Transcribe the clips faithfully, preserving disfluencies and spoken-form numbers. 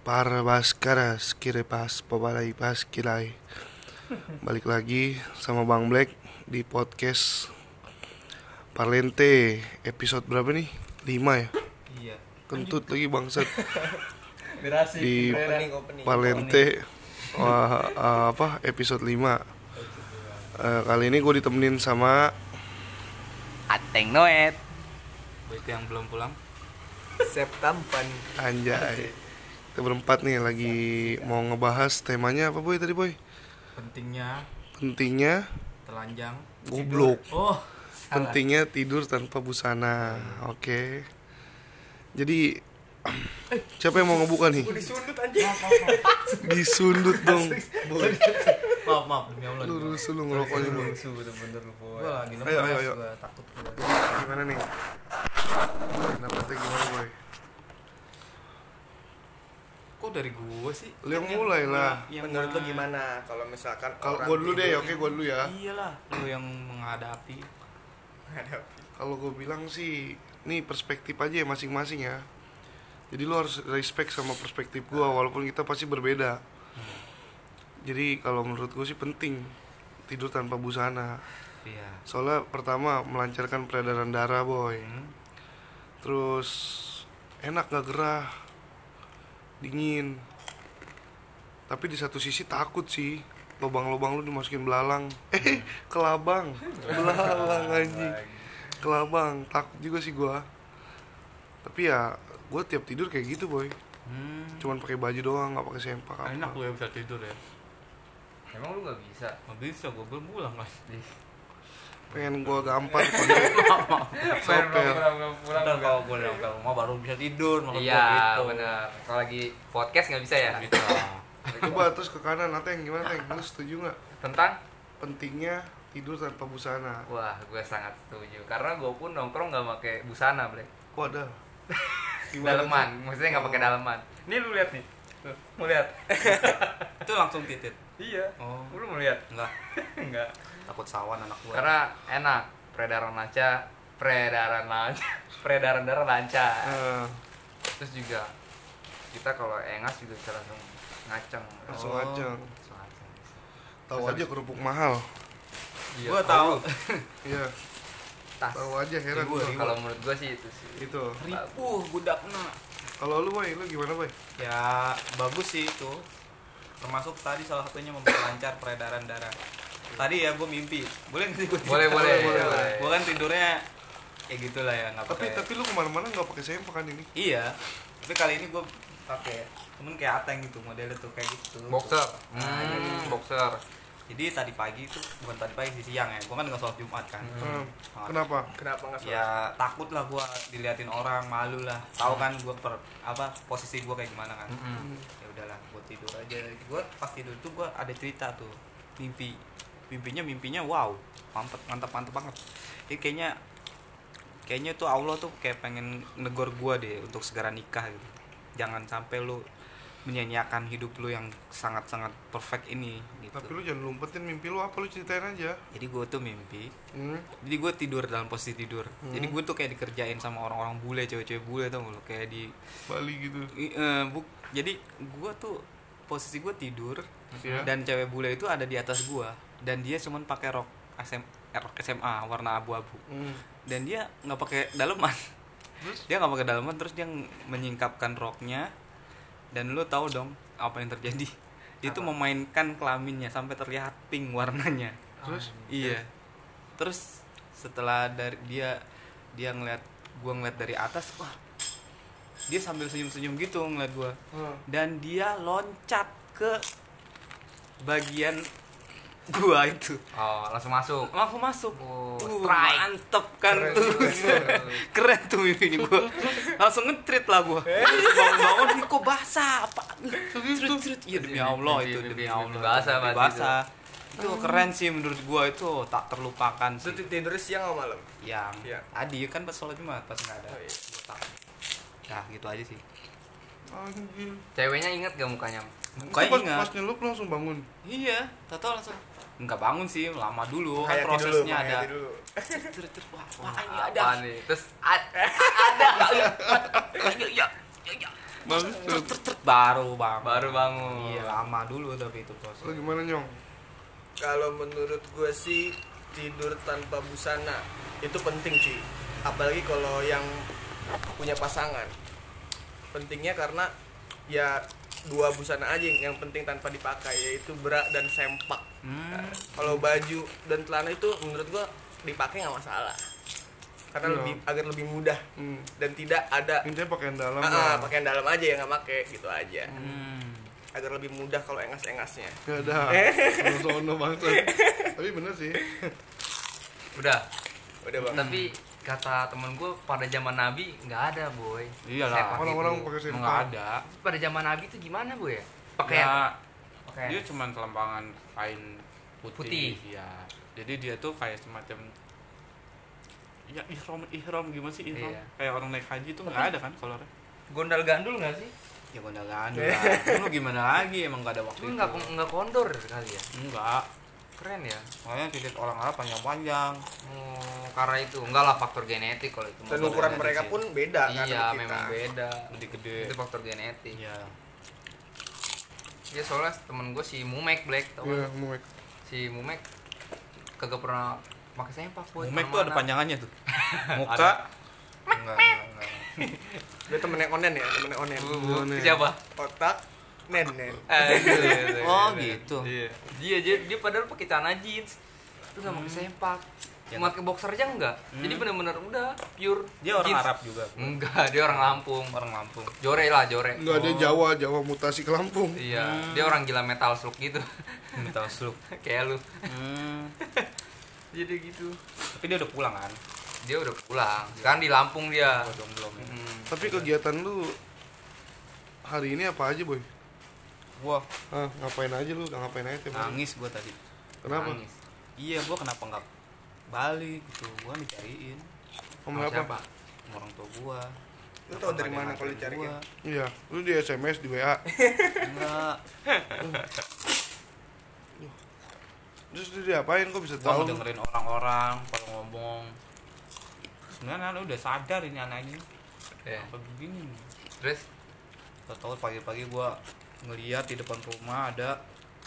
Parvaskaras kirepas pabalai pas kilai. Balik lagi sama Bang Black di podcast Parlente. Episode berapa nih? lima ya? Iya. Kentut lagi bangsat. Berasi, Di opening, opening. Parlente. Wah, uh, apa? Episode lima. Uh, kali ini gue ditemenin sama Ateng Noet. Itu yang belum pulang. Sep tampan. Anjay. Kita berempat nih lagi mau ngebahas temanya apa boy tadi boy? Pentingnya Pentingnya telanjang. goblok. Oh, Pentingnya tidur tanpa busana. Oke. Okay. Jadi siapa yang mau ngebuka nih? Gue disundut anjing. Disundut dong. Boy. maaf maaf demi Allah. Lurus lu ngerokoknya boy. Bener-bener lu boy. Gua lagi Ayo ayo ayo. gua takut gua. Gimana nih? Pendapatnya gimana boy? Kok dari gua sih? Lu yang mulai lah. Yang Menurut lu meng- gimana kalau misalkan Kalau orang gua dulu deh, tidur oke gua dulu ya. Iyalah, lu yang menghadapi. menghadapi. Kalau gue bilang sih, nih perspektif aja ya masing-masing ya. Jadi lu harus respect sama perspektif gue, walaupun kita pasti berbeda. Jadi kalau menurut gue sih penting tidur tanpa busana. Iya. Soalnya pertama melancarkan peredaran darah boy. Hmm. Terus enak gak gerah, dingin. Tapi di satu sisi takut sih, lubang-lubang lu dimasukin belalang. Eh, kelabang, belalang anjing. Kelabang, takut juga sih gua. Tapi ya, gua tiap tidur kayak gitu boy. Hmm. Cuman pakai baju doang, nggak pakai sempak apa. Enak lu ya bisa tidur ya. Emang lu gak bisa? Nggak bisa, gua belum pulang kan. Pengen gua gampar kode sopel. Udah kalau gua udah ke rumah baru bisa tidur, maksud gua Iya gitu. benar. Kalau lagi podcast nggak bisa ya? Gitu. Coba terus ke kanan, Ateng gimana Teng? Lu setuju nggak? Tentang? Pentingnya tidur tanpa busana. Wah, gue sangat setuju. Karena gue pun nongkrong nggak pakai busana, Ble. Wadah. Daleman, maksudnya nggak pakai daleman. Ini lu lihat nih. Tuh, mau lihat? Itu langsung titit. Iya. Oh. Lu mau lihat? Enggak, Enggak. takut sawan anak gua. Karena enak. Peredaran lancar, peredaran lancar, peredaran darah lancar. Nah, Terus juga kita kalau engas juga bisa langsung ngaceng. langsung Oh. aja. Langsung ngaceng. Tahu aja kerupuk mahal. Iya, Gua tahu. Iya. Tas. Tahu aja heran Ribu, gua. ribu. Kalau menurut gue sih itu sih. Itu. Ripuh budakna. Kalau lu boy, lu gimana boy? Ya bagus sih itu. Termasuk tadi salah satunya memperlancar peredaran darah. Tadi ya gue mimpi. Boleh nggak sih gue? Boleh, boleh, boleh. boleh. Gue kan tidurnya ya gitulah ya nggak Tapi pakai. tapi lu kemana-mana nggak pakai sempak kan ini? Iya. Tapi kali ini gue pakai. Temen kayak Ateng gitu modelnya tuh kayak gitu. Boxer. Nah, Hmm, boxer. Jadi tadi pagi itu bukan tadi pagi sih siang ya. Gue kan nggak sholat Jumat kan. Hmm. Sholat. Kenapa? Kenapa nggak sholat? Ya takut lah gue diliatin orang, malu lah. Tahu kan gue per apa posisi gue kayak gimana kan. Mm-mm. Ya udahlah gue tidur aja. Gue pas tidur tuh gue ada cerita tuh mimpi. Mimpinya mimpinya wow mantep mantap mantep banget. Ini kayaknya kayaknya tuh Allah tuh kayak pengen negor gue deh untuk segera nikah gitu. Jangan sampai lu menyanyiakan hidup lu yang sangat-sangat perfect ini gitu. Tapi lu jangan lumpetin mimpi lu apa, lu ceritain aja. Jadi gue tuh mimpi. Hmm. Jadi gue tidur dalam posisi tidur. Jadi gue tuh kayak dikerjain sama orang-orang bule, cewek-cewek bule tau gak lu, kayak di Bali gitu. i- eh, buk, jadi gue tuh posisi gue tidur Iya. dan cewek bule itu ada di atas gue dan dia cuman pakai rok S M rok S M A warna abu-abu Hmm. dan dia nggak pakai daleman. Terus? Dia nggak pakai daleman terus dia menyingkapkan roknya dan lu tahu dong apa yang terjadi. Dia tuh memainkan kelaminnya sampai terlihat pink warnanya. Terus? Iya. Terus setelah dari dia dia ngeliat gua ngeliat dari atas, wah. Dia sambil senyum-senyum gitu ngeliat gua. Hmm. Dan dia loncat ke bagian gua itu. Oh, langsung masuk. Langsung masuk. Oh, Tuh, strike. mantep kan Keren tuh. juga nih. Keren tuh mimpi ini gua. Langsung nge-treat lah gua. Bangun-bangun nih kok basah apa? Treat-treat. Iya demi Allah Mimpi- itu mimpi- demi mimpi Allah. basah Mimpi berarti basah. Itu keren sih menurut gua itu tak terlupakan Itu sih. tidurnya siang atau malam? Yang Iya. tadi kan pas sholat Jumat pas nggak ada. Oh, iya. Gua takut. Ya gitu aja sih. Anjir. Ceweknya inget gak mukanya? Mukanya Itu pas, ingat. pas nyelup lu langsung bangun. Iya, tahu langsung. Enggak bangun sih, lama dulu kan Hayati prosesnya dulu, ada. hayati dulu. Ter- ter- Wah, wah, ini Apa ada. nih? Terus a- ada. Ya, ya, ya, ya. Bagus. Ter- ter- ter- Baru bangun. Baru bangun. Iya, lama dulu tapi itu proses. Lu gimana Nyong? Kalau menurut gue sih tidur tanpa busana itu penting sih. Apalagi kalau yang punya pasangan. Pentingnya karena ya dua busana aja yang penting tanpa dipakai, yaitu bra dan sempak. Hmm. Kalau baju dan celana itu menurut gua dipakai nggak masalah, karena Iya. lebih agar lebih mudah Hmm. dan tidak ada Intinya pakaian dalam ah, lah. pakaian dalam aja yang nggak pakai gitu aja, Hmm. agar lebih mudah kalau engas-engasnya. Gak ada. Sono bangsa. Tapi bener sih. Udah. Udah bang. Tapi kata temen gue pada zaman Nabi nggak ada boy. Iyalah. Sepak Orang-orang gitu. pakai Emang sempak. nggak ada. Pada zaman Nabi itu gimana boy ya? Pakaian. Ya, Pakaian. dia cuma telampangan kain putih. Putih. Ya. Jadi dia tuh kayak semacam ya ihram ihram gimana sih ihram? Iya. Kayak orang naik haji tuh nggak ada kan kolornya? Gondal gandul nggak sih? Ya gondal gandul lah. Lu gimana lagi emang nggak ada waktu Cuma itu. nggak nggak kondor kali ya. Enggak. Keren ya. Makanya titik orang Arab panjang-panjang. Oh, karena itu enggak lah faktor genetik kalau itu. Dan mah. ukuran ada mereka sih. pun beda kan Iya, sama kita. memang beda. Lebih gede. Itu faktor genetik. Iya. Ya soalnya temen gue si Mumek Black tau Iya, kan? muek. Si Mumek kagak pernah pakai sempak boy. Mumek tuh ada kemana-mana. panjangannya tuh. Muka. Enggak, enggak, enggak. Dia temennya onen ya, temennya onen. Bu- bu- Gimana ya? Siapa? Otak, nen nen. Eh, gitu, Oh, gitu. gitu. Iya. Dia dia dia padahal pakai celana jeans. Terus nggak pakai sempak. Ya. Pakai boxer aja enggak. Jadi bener-bener udah pure. Dia orang jeans. Arab juga. Enggak, dia orang Lampung. Orang Lampung. Jore lah, Jore. Enggak ada Jawa, Jawa mutasi ke Lampung. Iya, Hmm. dia orang gila metal slug gitu. Metal slug. Kayak lu. Hmm. Jadi gitu. Tapi dia udah pulang kan? Dia udah pulang. Sekarang di Lampung dia. Oh, belum belum ya. Hmm. Tapi kegiatan lu hari ini apa aja, Boy? Gua Ah, ngapain aja lu? Udah ngapain aja tiap hari? nangis gua tadi. Kenapa? Nangis. Iya, gua kenapa nggak balik gitu? Gua dicariin Sama Sama apa? siapa? sama orang tua gua. Lu tau dari Ada mana yang kalau nganterin dicariin? gua. Iya, lu di S M S, di W A. Enggak. Terus dia diapain? Kok bisa Gua tahu? ngedengerin orang-orang kalau ngomong. Sebenarnya anak udah sadar ini anaknya. Ya. Apa begini? Terus Tahu pagi-pagi gua ngeliat di depan rumah ada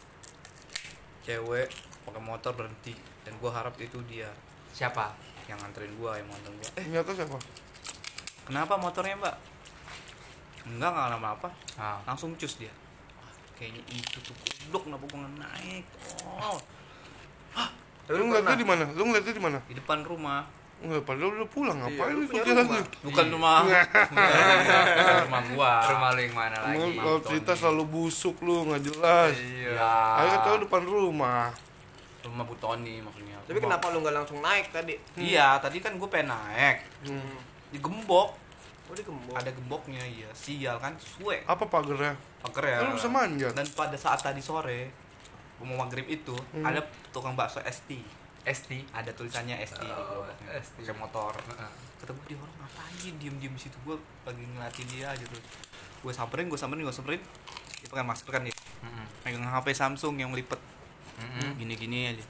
cewek pakai motor berhenti dan gua harap itu dia siapa? yang nganterin gua, yang nganterin gua. Eh, Ternyata siapa? kenapa motornya, Mbak? Enggak, enggak kenapa-apa. Ah. Langsung cus dia. Wah, kayaknya itu tuh goblok kenapa gua nggak naik. Oh, Tapi Lu ngeliatnya di mana? Lu ngeliatnya di mana? di depan rumah. Enggak, padahal udah pulang. Ngapain Iya, lu lu punya ikut rumah. lagi? Bukan Iya. rumah. Bukan rumah gua. Rumah lu yang mana lagi? Emang kalau Tony. cerita selalu busuk lu, nggak jelas. Iya. Ya. Ayo kan tahu depan rumah. Rumah Bu Tony maksudnya. Tapi Rumah- kenapa lu nggak langsung naik tadi? Iya, tadi kan gua pengen naik. Hmm. Digembok. Oh di gembok. Ada gemboknya, iya. Sial kan, suwe. Apa pagernya? Pager ya. Kan lu bisa manjat. Dan pada saat tadi sore mau maghrib itu Hmm. ada tukang bakso S T. S T. Ada tulisannya S T di Oh, gerobaknya. S T. Pakai motor. Heeh. Kata gue, dia orang ngapain diem-diem di situ. Gue lagi ngeliatin dia aja tuh. Gue samperin, gue samperin, gue samperin. Dia pakai masker kan dia. Heeh. Megang H P Samsung yang lipet. Heeh. Gini-gini aja.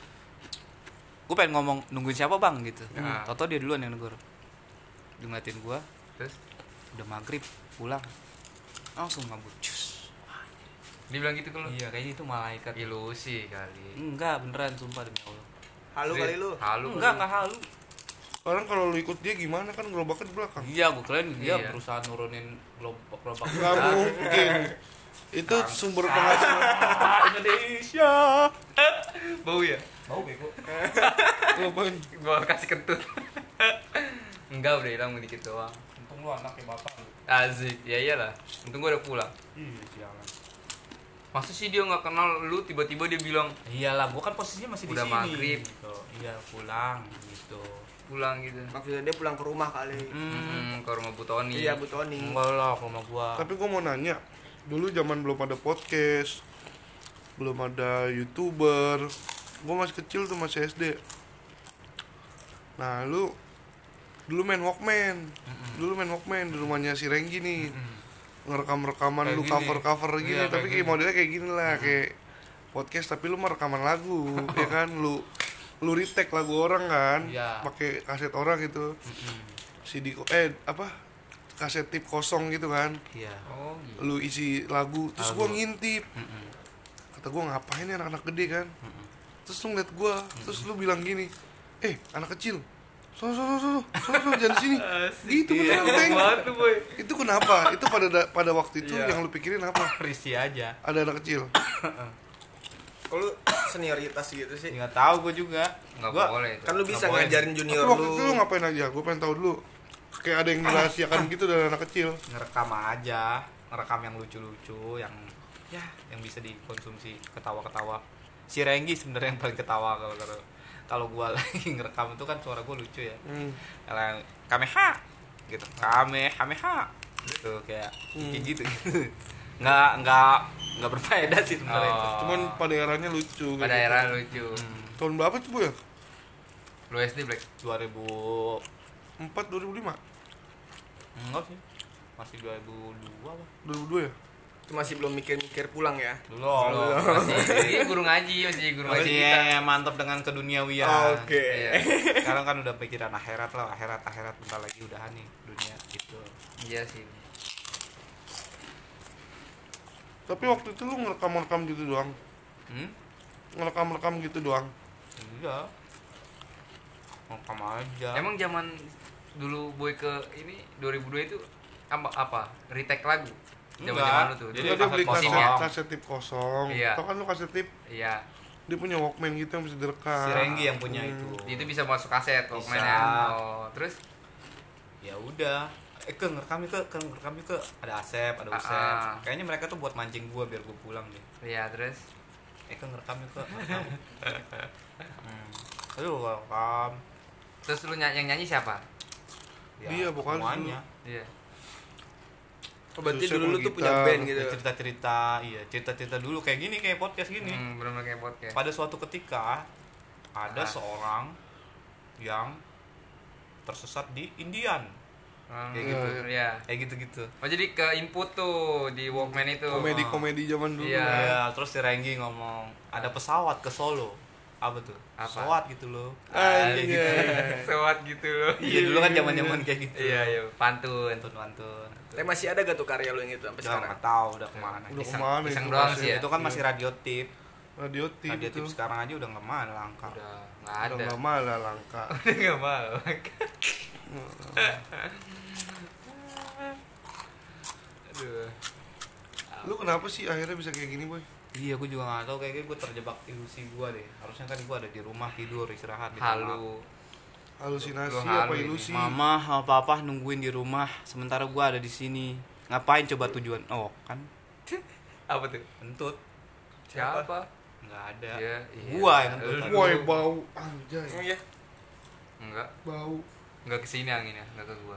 Gue pengen ngomong nungguin siapa bang gitu. Hmm. Toto dia duluan yang negur. Dia ngeliatin gue. Terus Udah maghrib pulang. Langsung ngabut. Cus. dia bilang gitu ke lu? Iya kayaknya itu malaikat. Ilusi kali. Enggak beneran sumpah demi Allah. Halu kali lu. Halu. Enggak enggak halu. Sekarang kalau lu ikut dia gimana kan gerobaknya di belakang? Iya, gue kirain dia Iya. berusaha nurunin gerobak-gerobak. Gak mungkin. Itu sumber penghasilan Indonesia. Bau ya? Bau bego. lu apain? Gua kasih kentut. Enggak, udah hilang dikit doang. Untung lu anaknya bapak lu. Asik. Ya iyalah. Untung gua udah pulang. Iya, sialan. Masa sih dia nggak kenal lu tiba-tiba dia bilang Iyalah, gua kan posisinya masih Udah di sini. maghrib. Gitu. Iya, pulang gitu. pulang gitu. Maksudnya dia pulang ke rumah kali. Hmm, ke rumah Bu Tony. Iya Bu Tony. Enggak lah, ke rumah gua. Tapi gua mau nanya, dulu zaman belum ada podcast, belum ada YouTuber, gua masih kecil tuh, masih S D. Nah, lu dulu main Walkman. Dulu main Walkman di rumahnya si Renggi nih. Ngerekam-rekaman Kayak lu gini. cover-cover gini, Iya, tapi kayak kayak gini. modelnya kayak gini lah, kayak podcast tapi lu mah rekaman lagu, ya kan? Lu lu retake lagu orang kan, Iya. pakai kaset orang gitu. C D ko- eh apa? kaset tip kosong gitu kan. Iya. Oh gitu. Lu isi lagu, terus Lagu. gua ngintip. Mm-mm. Kata gua ngapain nih anak-anak gede kan. Mm-mm. Terus lu ngeliat gua, terus lu bilang gini, eh anak kecil, sono sono sono sono sono jangan di sini. Gitu Iya, bener Beng. Banget tuh boy. Itu kenapa? Itu pada da- pada waktu itu Iya. yang lu pikirin apa? Risih aja. Ada anak kecil. Kalau lu senioritas gitu sih. Nggak tahu gue juga. Nggak Gua- boleh itu. Kan lu bisa Nggak boleh. ngajarin Tapi junior waktu itu lu lu. ngapain aja? Gue pengen tahu dulu. Kayak ada yang dirahasiakan gitu dari anak kecil. Ngerekam aja, ngerekam yang lucu-lucu, yang ya yang bisa dikonsumsi, ketawa-ketawa. Si Renggi sebenarnya yang paling ketawa kalau kalau kalau gua lagi ngerekam itu kan suara gua lucu ya. Hmm. Kalau yang kameha gitu, kamehameha gitu kayak Hmm. kayak gitu gitu. Nggak nggak nggak berfaedah sih sebenarnya itu. Oh. Cuman pada eranya lucu. kayak Pada gitu. era lucu. Hmm. Tahun berapa tuh bu ya? Lu S D Black. dua ribu Empat, dua ribu lima, enggak sih. Masih dua ribu dua apa? dua ribu dua ya? Itu masih belum mikir-mikir pulang ya. Dulu. Masih guru ngaji, masih guru ngaji Masih kita. mantap dengan keduniawian. Oke. Iya. Sekarang kan udah pikiran akhirat lah, akhirat akhirat bentar lagi udahan nih dunia gitu. Iya sih. Tapi waktu itu lu ngerekam-rekam gitu doang. Hmm? Ngerekam-rekam gitu doang. Iya. Ngekam aja. Emang zaman dulu boy ke ini dua ribu dua itu apa apa? Retake lagu. Zaman-zaman lu tuh. Jadi Jadi dia kaset beli kaset, kosong. kosong. kaset tip kosong. Iya. Tau kan lu kaset tip? Iya. Dia punya Walkman gitu yang bisa direkam. Si Renggi yang punya Hmm. itu. Itu bisa masuk kaset Bisa. Walkman ya. Oh, terus Ya udah. Eh ke ngerekam ke, ke ngerekam ke ada Asep, ada Usep. Ah. Kayaknya mereka tuh buat mancing gua biar gua pulang deh. iya terus Eh ke ngerekam ke. hmm. Aduh ngerekam. terus lu ny- yang nyanyi siapa? Dia, vokalis semuanya. Iya. Oh, berarti Susah dulu lu sama tuh punya gitar. band gitu. Cerita-cerita, iya cerita-cerita dulu kayak gini kayak podcast gini. Hmm, benar-benar kayak podcast. Pada suatu ketika ada Ah. seorang yang tersesat di Indian Hmm, kayak Iya, gitu, Iya. kayak gitu-gitu. Oh jadi ke input tuh di Walkman itu. Komedi-komedi zaman dulu. Iya. Ya, terus si Renggi ngomong ada pesawat ke Solo. Apa tuh? Apa? Pesawat gitu loh. Anjay. Kayak gitu. Sewat gitu loh. Iya dulu kan zaman-zaman kayak gitu. Iya, iya, pantun. Pantun-pantun. Tapi masih ada gak tuh karya lu yang itu sampai Udah sekarang? nggak tahu udah kemana. Udah Iseng- kemana iseng itu doang kaset? sih ya. Itu kan masih radio tip. Radio tip Radio itu. tip sekarang aja udah nggak mana langka. Udah nggak Udah ada. nggak malah langka. Udah nggak mau. Aduh. Lu kenapa sih akhirnya bisa kayak gini boy? Iya, gue juga nggak tahu kayaknya gue terjebak ilusi gue deh. Harusnya kan gue ada di rumah tidur istirahat di rumah. Halu. Halusinasi Lu apa halu ini. ilusi? Mama sama papa nungguin di rumah, sementara gue ada di sini. Ngapain coba tujuan? Oh kan, Apa tuh? kentut. Siapa? Nggak ada. Iya, iya. Gua yang kentut. Lu- Woi bau anjay. Emang ya? Enggak. Bau. Enggak kesini anginnya, enggak ke gua.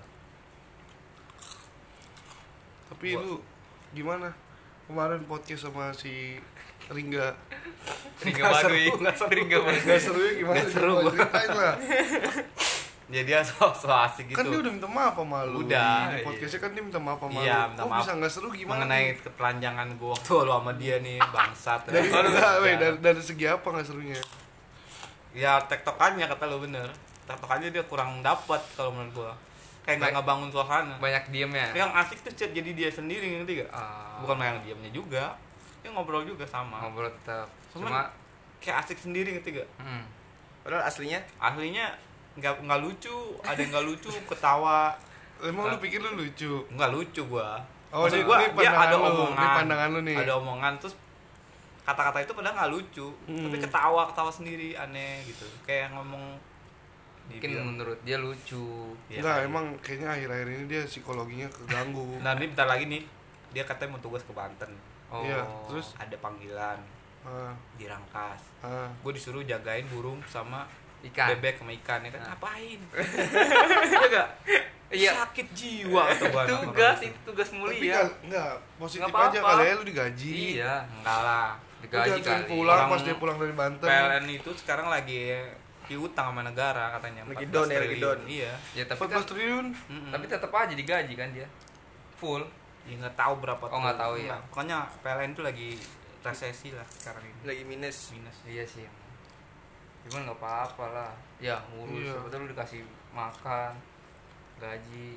Tapi lu gimana? Kemarin podcast sama si Ringga. Ringga Baduy. Ringga Baduy. Gak seru ya gimana? Nggak seru, Coba gua. ceritain lah. Ya dia so, so asik gitu. Kan dia udah minta maaf sama lu. Udah. Di podcastnya kan dia minta maaf sama Iya, lu. minta Kok maaf. bisa gak seru gimana? mengenai nih? ketelanjangan gue waktu lu sama dia nih bangsat. dari, Terus- enggak, weh, dari, dari segi apa gak serunya? Ya tektokannya kata lu bener. Tektokannya dia kurang dapat kalau menurut gua. Kayak nggak Baik. ngebangun suasana. Banyak diemnya. Yang asik tuh chat jadi dia sendiri ngerti gak? Ah, Bukan yang diamnya juga. Dia ngobrol juga sama. ngobrol tetap. Cuman- Cuma Kayak asik sendiri ngerti gak? hmm, Padahal aslinya Aslinya nggak nggak lucu, ada yang nggak lucu, ketawa. Emang lu pikir lu lucu? Nggak lucu gua. Oh, Maksud ini- gua ini dia pandangan ada lu, omongan. ini pandangan lu nih. Ada omongan terus kata-kata itu padahal nggak lucu, Hmm. tapi ketawa ketawa sendiri aneh gitu. Kayak ngomong mungkin dibilang- menurut dia lucu. Iya, Enggak, kali. emang kayaknya akhir-akhir ini dia psikologinya keganggu. Nah ini bentar lagi nih dia katanya mau tugas ke Banten. Oh. Iya, terus? Ada panggilan Ah, di Rangkas. ah. Gue disuruh jagain burung sama Ikan. bebek sama ikan ya kan. Nah. Ngapain? Iya gak? Iya. Sakit jiwa kata gua. Tugas itu tugas Tapi mulia. kan, enggak, positif Nggak aja apa-apa. kali ya lu digaji. Iya. Enggak lah. Lu Digaji jangan sering kali. pulang Orang pas dia pulang dari Banten. P L N itu sekarang lagi diutang sama negara katanya. Lagi empat belas down ya, lagi triliun. down. Iya. Ya tapi empat belas kan, triliun. Mm-mm. tapi tetap aja digaji kan dia. Full. Ya nggak tahu berapa. Oh, nggak tahu ya. Nggak, pokoknya P L N itu lagi resesi lah sekarang ini. lagi minus. Minus. Iya sih. Cuman nggak apa-apa lah. Ya ngurus. Iya. Betul lu dikasih makan, gaji.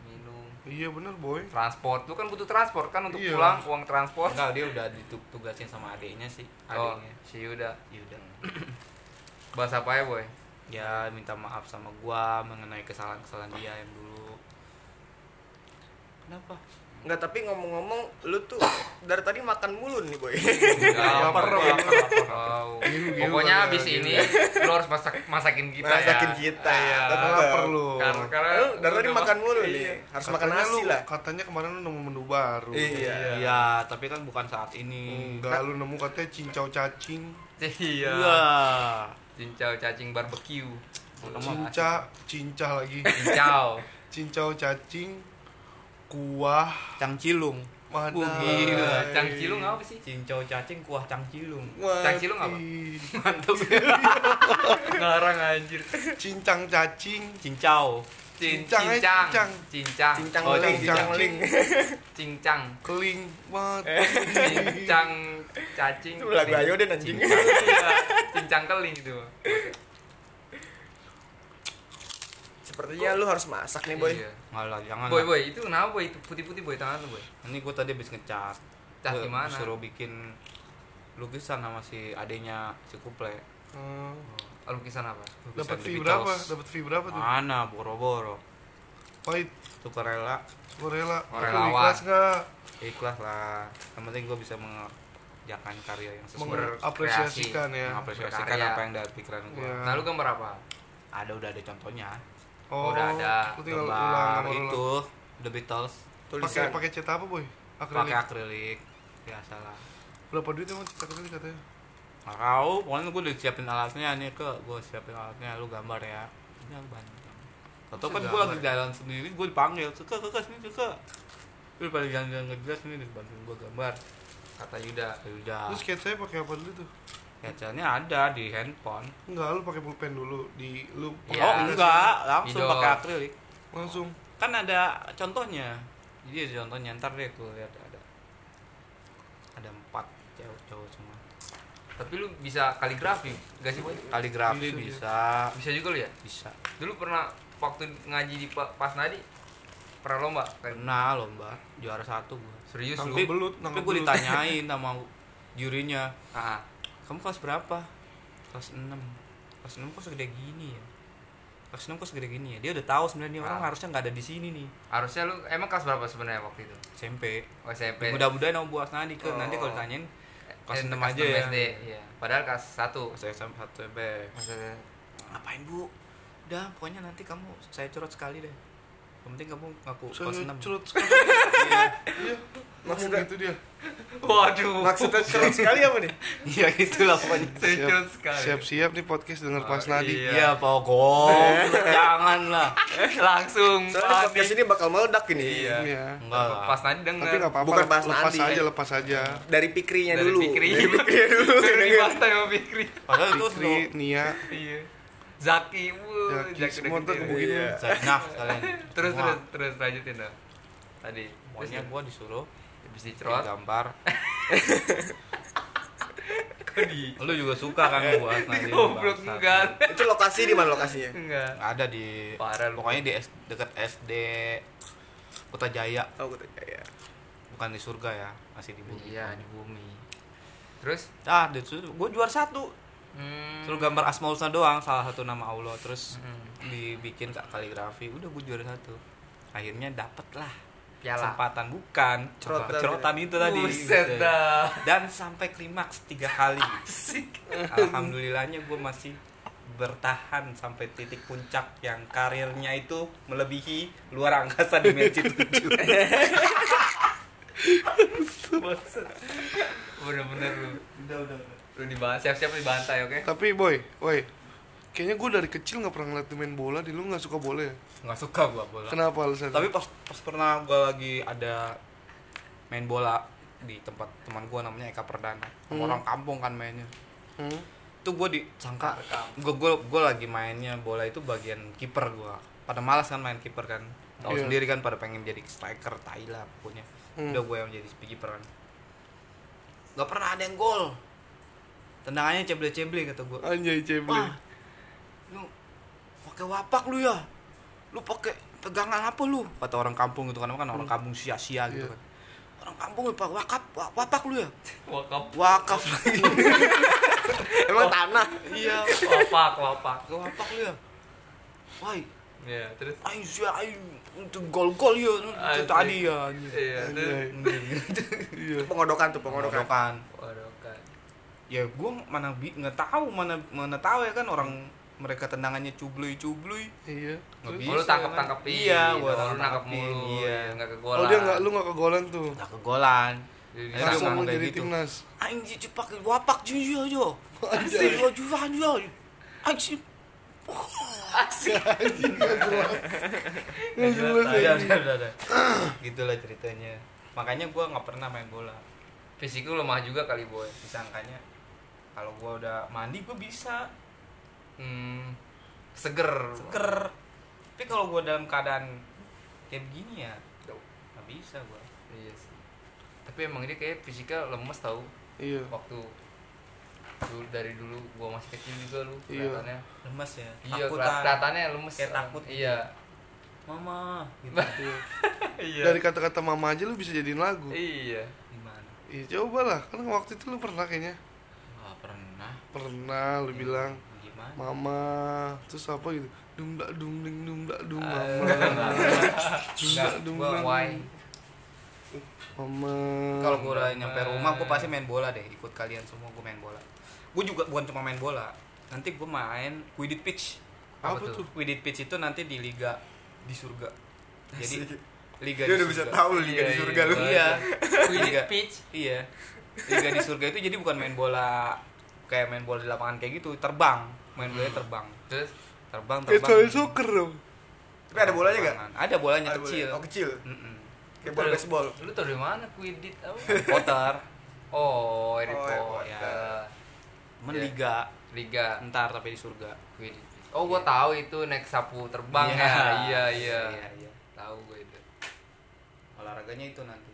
minum, Iya bener boy. transport. Lu kan butuh transport kan untuk Iya. pulang, uang transport. Enggak, dia udah ditugasin sama adiknya sih. Oh, Adiknya. si Yuda. Ya udah. Bahas apa ya, Boy? Ya minta maaf sama gua mengenai kesalahan-kesalahan dia yang dulu. Kenapa? Enggak, tapi ngomong-ngomong lu tuh dari tadi makan mulu nih, Boy. Enggak lapar, perlu, lapar, lapar. Tahu. Gilu, gilu, Pokoknya lapar, abis gilu. ini lu harus masak masakin kita Masakin ya. kita. Iya. Tetep. Lapar lu. Karena, karena Lu dari tadi udah makan mas- mulu iya. nih. Harus makan Katanya nasi lu, lah. Katanya kemarin lu nemu menu baru. Iya. Iya, tapi kan bukan saat ini. Enggak, lu nemu katanya cincau cacing, Iya. Iya. Cincau cacing barbecue. cinca, cinca lagi, Cincau. cincau cacing, kuah, Cangcilung. mana? Gila, cangcilung apa sih? Cincau cacing kuah cangcilung. Cangcilung apa? Ih, Mantap. Ngarang anjir. cincang cacing, Cincau. Cin- Cincang aja, Cincang. cincang. Cincang. Cincang Oh, ling, cincang. cincang ling. Cincang. keling, mat, Cincang cacing. Itu lagu ayo deh anjing. Iya, cincang keling itu. Sepertinya lu harus masak nih, Boy. Iya. Enggak lah, jangan. Boy, lah. boy, itu kenapa boy? Itu putih-putih boy tangan lu boy. Ini gue tadi habis ngecat. Cat Gua gimana? Suruh bikin lukisan sama si adenya si Kuple. Hmm, Oh, lukisan apa? Lukisan dapat The fee Beatles. berapa? Dapat fee berapa tuh? Mana boro-boro. Pahit, Tuh rela, gue rela. Oh, Lu relawan. ikhlas nggak? ikhlas lah. Yang penting gue bisa mengerjakan karya yang sesuai. Mengapresiasikan ya. Mengapresiasikan berkarya. apa yang dari pikiran gue. Iya. Nah, lu gambar apa? Ada udah ada contohnya. Oh, udah ada. Lu tinggal ulang Gambar gambar itu The Beatles Pakai Tulisan. pakai cat apa boy? pakai Akrilik. akrilik biasalah. Berapa duit emang cat akrilik katanya? Nggak tahu, pokoknya gue udah siapin alatnya nih ke, gue siapin alatnya, lu gambar ya. Ini banyak. Atau kan gue Gambar. lagi jalan sendiri, gue dipanggil, suka suka sini suka. Lu pada jalan-jalan ngejelas ini dibantuin gue gambar. Kata Yuda. Ya udah. Terus sketsa pakai apa dulu tuh? Kacanya ada di handphone. Enggak, lu pakai pulpen dulu di lu. Iya. Oh aplikasi. enggak, langsung Idol. pakai akrilik. Langsung. Kan ada contohnya. Jadi ada contohnya, ntar deh gue lihat ada. Ada empat cewek cowok semua. Tapi lu bisa kaligrafi, gak sih boy? Kaligrafi Bisa, bisa, Bisa juga lu ya? bisa. Dulu pernah waktu ngaji di Pa- Pas Nadi pernah lomba kan? Pernah lomba, juara satu gue. Serius Tangkap lu? belut, Tapi tangkap gue belut. ditanyain sama jurinya, Ah, kamu kelas berapa? Kelas enam. Kelas enam kok segede gini ya? Kelas enam kok segede gini ya? Dia udah tahu sebenarnya nih orang Ah. harusnya nggak ada di sini nih. harusnya lu emang kelas berapa sebenarnya waktu itu? S M P. Oh, S M P. Mudah-mudahan sama Bu Asnadi ke nanti Oh. kalau ditanyain Eh, kelas enam kelas aja ya. S D, iya. Padahal kelas satu. Kelas S M P satu B. Ngapain Bu? Udah, pokoknya nanti kamu saya curhat sekali deh. Yang penting kamu ngaku kelas Saya enam. curut sekali. Iya. Iya. Maksudnya- Maksudnya itu dia. Waduh. Maksudnya cerut sekali apa nih? Iya gitulah pokoknya. Saya Siap- curut sekali. Siap-siap nih podcast denger Oh, Pas Nadi. iya. Iya, pokok. Jangan lah. Langsung Soalnya panik. podcast ini bakal meledak ini. Iya. Iya. Enggak lah. Pas Nadi denger. Tapi nggak apa-apa. Bukan Pas lepas Nadi. aja, lepas aja. Dari pikrinya Dari dulu. Fikri. Dari pikrinya dulu. Dari dibantai sama Fikri. Padahal itu Fikri, Nia, Iya. Zaki, wuh, Zaki, Zaki semua udah tuh gede. begini. Iya. Nah, kalian. Terus Semua. terus terus lanjutin dong. Tadi Pokoknya gua disuruh habis dicerot. gambar. Kok di Lu juga suka kan buat nanti goblok bangsat. enggak. Itu lokasi di mana lokasinya? Enggak. Ada di Parah lu. pokoknya di S, dekat S D Kota Jaya, Oh, gue tanya ya. bukan di surga ya, masih di bumi. Iya, di bumi. Terus Ah, di situ gua juara satu. hmm, Suruh gambar Asmaul Husna doang, salah satu nama Allah, terus hmm, dibikin kak kaligrafi. Udah gua juara satu. Akhirnya dapet lah piala. kesempatan, bukan Cerotan. cerotan itu tadi. Buset dah. Dan sampai klimaks tiga kali. Alhamdulillahnya gue masih bertahan sampai titik puncak yang karirnya itu melebihi luar angkasa dimensi tujuh. Bener-bener lu. Udah, udah, Lu dibahas, siap-siap dibantai, oke? Tapi boy, boy, kayaknya gue dari kecil nggak pernah ngeliat lu main bola. Di lu nggak suka bola ya? Nggak suka gue bola. Kenapa alasannya? Tapi pas pas pernah gue lagi ada main bola di tempat teman gue namanya Eka Perdana. Hmm. Orang kampung kan mainnya. Hmm? Itu gue disangka gue gue gue lagi mainnya bola itu bagian kiper gue. Pada malas kan main kiper kan. Tahu Iya. sendiri kan pada pengen jadi striker tai lah pokoknya. Hmm. Udah gue yang jadi kiper kan. Gak pernah ada yang gol. Tendangannya ceble-ceble kata gue. Anjay ceble. Wah, lu pakai wapak lu ya? Lu pakai pegangan apa lu? Kata orang kampung gitu kan, kan orang kampung sia-sia gitu Iya. kan. Orang kampung apa? Wakaf, wa- wapak lu ya? Wakaf. Wakaf lagi. Emang tanah. Iya, Wapak, wapak. ke wapak lu ya. Wah, Iya, terus aing sia aing untuk gol-gol ya itu Asik. tadi ya. iya, terus Iya. Pengodokan tuh, pengodokan. Pengodokan. waduh kan. Ya gua mana bi nggak tahu mana mana tahu ya kan orang mereka tendangannya cubluy-cubluy. Iya. Nggak Terus? bisa. Oh, lu tangkap-tangkapin. Iya, gua Oh, lu nangkap tangkap-tangkapin, mulu. iya. Enggak kegolan. Oh dia nggak, lu nggak kegolan tuh. Nggak kegolan. Jadi Iya, sama. Langsung ngomong mau kayak jadi gitu. timnas. Aing ji cepak wapak ji aja aja. Anjir, lu juga aja. Aing sih. Nggak jelas Udah, ya. udah, udah, udah. Gitulah ceritanya. Makanya gua nggak pernah main bola. Fisik lu lemah juga kali, Boy. Disangkanya kalau gua udah mandi gua bisa Hmm. Seger. seger. Tapi kalau gua dalam keadaan kayak begini ya nggak bisa gua. Iya sih. Tapi emang dia kayak fisiknya lemes tau. Iya. Waktu dulu dari dulu gua masih kecil juga lu Iya. kelihatannya. Lemes ya. Iya, Takutan. kelihatannya lemes. Kayak takut gitu. Iya. Mama gitu. Iya. Dari kata-kata mama aja lu bisa jadiin lagu. Iya. Gimana? Iya coba lah, kan waktu itu lu pernah kayaknya. Nggak pernah. Pernah lu bilang Gimana? mama, terus apa gitu. Dung dak dung ding dung dak dung Ah, mama. Dung dak dung Gua dang. why? Mama. Kalau gue udah nyampe rumah, gue pasti main bola deh. Ikut kalian semua, gue main bola. Gue juga bukan cuma main bola. Nanti gue main Quidditch Pitch. apa Apa tuh? Quidditch Pitch itu nanti di liga di surga. Jadi Asik. liga Dia di udah bisa surga. tahu liga di Iya, surga iya. lu. Iya. Quidditch Liga. pitch. Iya. Liga di surga itu jadi bukan main bola kayak main bola di lapangan kayak gitu, terbang. Main bolanya terbang. Terus Terbang, Kayak terbang. soal soccer dong. Tapi ada bolanya enggak? Terbangan. Ada bolanya Ada kecil. bola- Oh, kecil. Mm-mm. Kayak bola baseball. Lu tau dari mana Quidditch apa? Potter. Oh, Harry Oh, Harry Potter. Potter. Men Iya. liga Liga ntar tapi di surga. Quidditch. Oh, gua tahu itu naik sapu terbang Iya. ya. Iya, iya. Iya, iya. Tahu gua itu. Olahraganya itu nanti.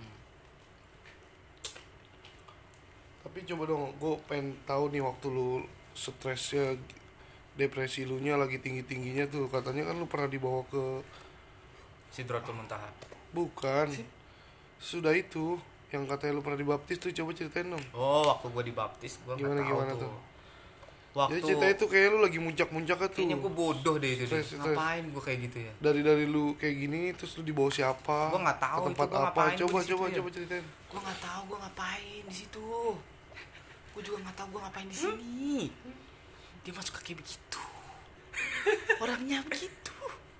Tapi coba dong, gue pengen tahu nih waktu lu stresnya, depresi lu nya lagi tinggi-tingginya tuh. Katanya kan lu pernah dibawa ke, Sidratul Muntaha. bukan, sudah itu yang katanya lu pernah dibaptis tuh, coba ceritain dong. Oh, waktu gua dibaptis gua Gimana, nggak tahu gimana tuh. tuh? Waktu Jadi ceritanya tuh kayak lu lagi muncak-muncaknya tuh. kayaknya gua bodoh deh itu. deh. Stres, stres. Ngapain gua kayak gitu ya? Dari dari lu kayak gini terus lu dibawa siapa? Gua nggak tahu Ke itu, tempat gua apa? ngapain Coba gua di situ coba ya. coba ceritain. Gua nggak tahu gua ngapain di situ. Gua juga nggak tahu gua ngapain di sini. Dia masuk kayak begitu. Orangnya begitu.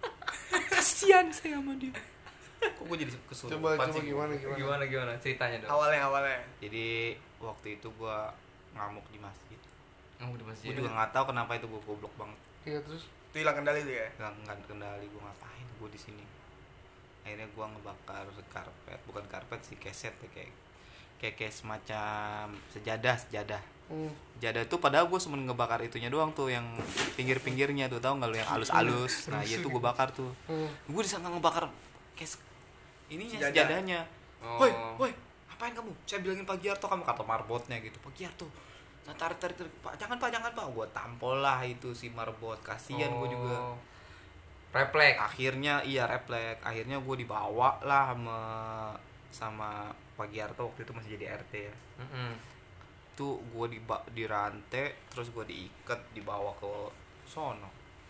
Kasihan saya sama dia. Kok gua jadi kesurupan Coba coba sih gua? gimana gimana. Gimana gimana ceritanya dong? Awalnya awalnya. Jadi waktu itu gua ngamuk di masjid. Oh, di masjid. Gua juga nggak tahu kenapa itu gua goblok banget. Iya terus Itu hilang kendali tuh ya. Nggak nggak kendali gua ngapain gua di sini. Akhirnya gua ngebakar karpet, bukan karpet sih, keset ya, kayak kayak kayak semacam sejadah sejadah. hmm. Sejadah itu padahal gue cuma ngebakar itunya doang tuh yang pinggir-pinggirnya tuh, tahu nggak lu yang halus-halus. Nah, iya tuh gue bakar tuh. Hmm. Gue disangka ngebakar kayak ininya Sejadah. sejadahnya. Oh. Woi, woi, ngapain kamu? Saya bilangin Pak Giarto, kamu kata marbotnya gitu. Pak Giarto. Nah, tarik tarik tarik. Pak, jangan Pak, jangan Pak. Gue tampol lah itu si marbot. Kasihan gue juga. Oh. Refleks. Akhirnya iya refleks. Akhirnya gue dibawa lah sama sama Pak Giarto, waktu itu masih jadi R T ya. Mm-mm. Tuh gue di dirantai, terus gue diikat, dibawa ke sono,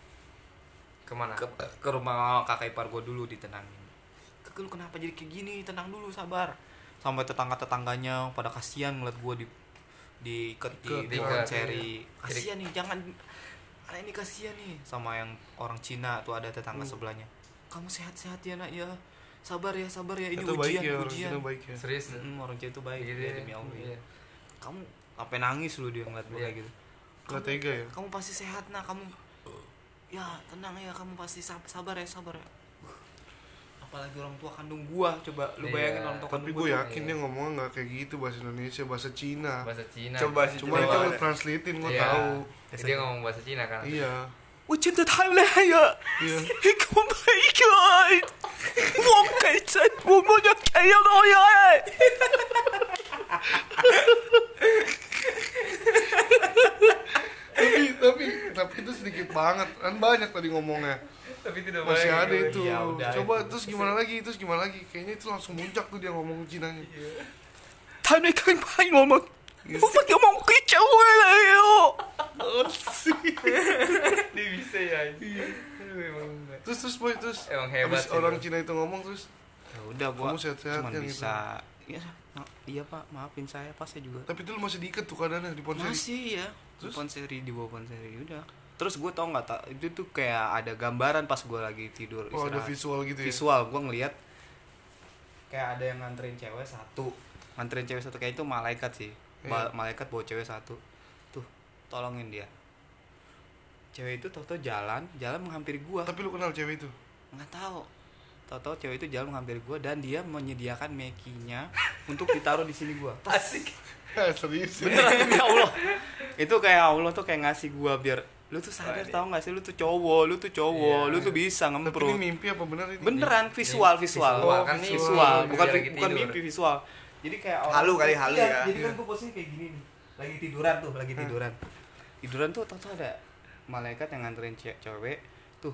Kemana? ke, ke rumah kakak ipar gue dulu, ditenangin. Kakak lu kenapa jadi kayak gini, tenang dulu, sabar. Sampai tetangga tetangganya pada kasihan ngeliat gue di diikat di Diikat, pohon diikat. ceri. Kasihan nih, jangan, anak ini kasihan nih. Sama yang orang Cina tuh, ada tetangga Hmm. sebelahnya. Kamu sehat-sehat ya nak ya, sabar ya, sabar ya, ini Itu baik ujian, ya, orang ujian. Cina baik ya. Serius? Mm, orang Cina itu baik, Gitu ya, ya. demi Allah. Iya. Kamu sampai nangis lu dia ngeliat gue Iya. kayak gitu. Gak tega ya. Kamu pasti sehat nak, kamu ya tenang ya, kamu pasti sab- sabar ya, sabar ya. Apalagi orang tua kandung gua, coba lu Iya. bayangin orang tua Tapi kandung gue gua tuh. yakin dia ngomongnya nggak kayak gitu bahasa Indonesia, bahasa Cina. Bahasa Cina. Coba sih. Cuma itu lu translatein gue Iya. tahu. Dia ngomong bahasa Cina kan. Iya. 我真的太累了， Iya. 我没有爱，我没真，我没有开要老爷。 tapi tapi tapi itu sedikit banget kan, banyak tadi ngomongnya. Tapi Tapi itu udah Masih balik, ada ya. itu. Ya udah, Coba itu. terus gimana lagi? Terus gimana lagi? Kayaknya itu langsung muncak tuh dia ngomong Cinanya. Tadi kan paling ngomong, gue pakai ngomong kicau lah yo. Dia bisa ya. Aduh, emang enggak. Terus terus boy terus. Emang hebat Habis sih, orang Bro. Cina itu ngomong terus. Ya udah gua Kamu sehat-sehat cuman kan gitu. bisa. Iya, ma- iya Pak, maafin saya pas saya juga. Tapi itu lu masih diikat tuh keadaannya di ponsel. Masih ya. Terus? Terus ponseri di bawah ponseri udah. Terus gue tau nggak tak itu tuh kayak ada gambaran pas gue lagi tidur. Oh, ada istirahat. visual gitu ya. Visual gue ngeliat kayak ada yang nganterin cewek satu, nganterin cewek satu kayak itu malaikat sih. Ba- Iya. Malaikat bawa cewek satu. Tuh, tolongin dia. Cewek itu tau-tau jalan, jalan menghampiri gua. Tapi lu kenal cewek itu? Nggak tahu. Tau-tau cewek itu jalan menghampiri gua dan dia menyediakan mekinya untuk ditaruh di sini gua. Asik. Serius. ya? Beneran demi Allah. Itu kayak Allah tuh kayak ngasih gua biar lu tuh sadar tau gak sih lu tuh cowok, lu tuh cowok, Iya. lu tuh bisa Tapi ngemprut. ini mimpi apa benar ini? Beneran visual visual. Visual, kan nih, visual, visual. bukan Dia lagi bukan tidur. mimpi visual. Jadi kayak orang Halu tuh- kali, halu iya, ya. Jadi kan Iya. gua posisinya kayak gini nih. Lagi tiduran tuh, lagi tiduran. Tiduran tuh tau-tau ada malaikat yang nganterin ce- cewek tuh.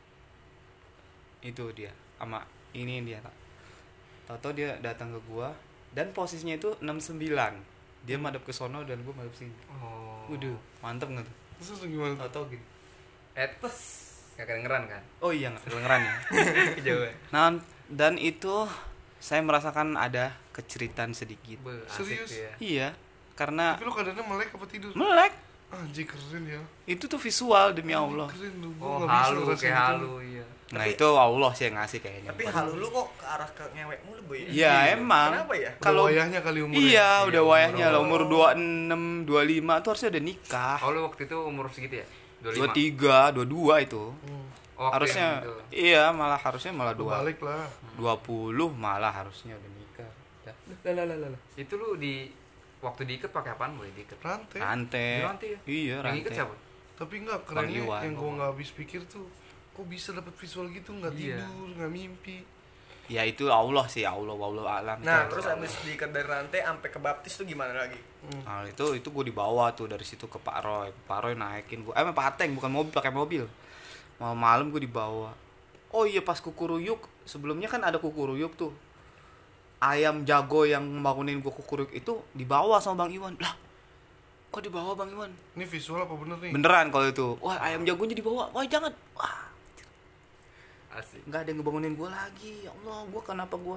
Itu dia sama ini dia. Tau-tau dia datang ke gua dan posisinya itu enam sembilan. Dia madep ke sono dan gua madep sini. Oh. Waduh, mantep enggak tuh? Terus lu gimana? tuh? Tau-tau gitu. Eh, gak kedengeran kan? Oh iya, nggak kedengeran ya. Jauh. Nah, dan itu saya merasakan ada keceritaan sedikit. Be, asik Serius? tuh ya. Iya, karena Tapi lu keadaannya melek apa tidur? melek. Anjir keren ya. Itu tuh visual demi Allah. Keren lu. Oh, Gua nggak bisa halu ngerasain kayak gitu. halu, iya. Nah, Tapi- itu Allah sih yang ngasih kayaknya. Tapi halu lu kok ke arah ke ngewek mulu boy. Iya, emang. Kenapa ya? Udah Kalau wayahnya kali umurnya. iya, udah Iya, wayahnya lah umur- umur dua puluh enam, dua puluh lima tuh harusnya udah nikah. Oh, lu waktu itu umur segitu ya? dua dua puluh puluh lima. tiga, dua puluh dua itu. Hmm. Oh, waktu Harusnya yang gitu. iya, malah harusnya malah Lu dua balik lah. dua puluh malah harusnya udah nikah. Lah lah lah lah. Itu lu di waktu diikat pakai apaan, Boy? Diikat. Rantai. Rantai. Di rantai ya? Iya, Yang ikat rantai. siapa? Tapi enggak Bang kerennya Iwan. yang gua nggak habis pikir tuh. Kok bisa dapat visual gitu nggak Iya. tidur, nggak mimpi. Ya itu Allah sih, Allah, Allah alam. Nah, Itu terus Allah. abis diikat dari rantai sampai ke baptis tuh gimana lagi? Nah, itu itu gue dibawa tuh dari situ ke Pak Roy. Pak Roy naikin gue. Eh, Pak Ateng bukan mobil, pakai mobil. Malam-malam gue dibawa. Oh iya pas kukuruyuk, sebelumnya kan ada kukuruyuk tuh. Ayam jago yang bangunin gue kukuruyuk itu dibawa sama Bang Iwan. Lah, kok dibawa Bang Iwan? Ini visual apa bener nih? Beneran kalau itu. Wah, ayam jagonya dibawa. Wah, jangan. Wah, Asik. nggak ada yang ngebangunin gue lagi. Ya Allah, gue kenapa gue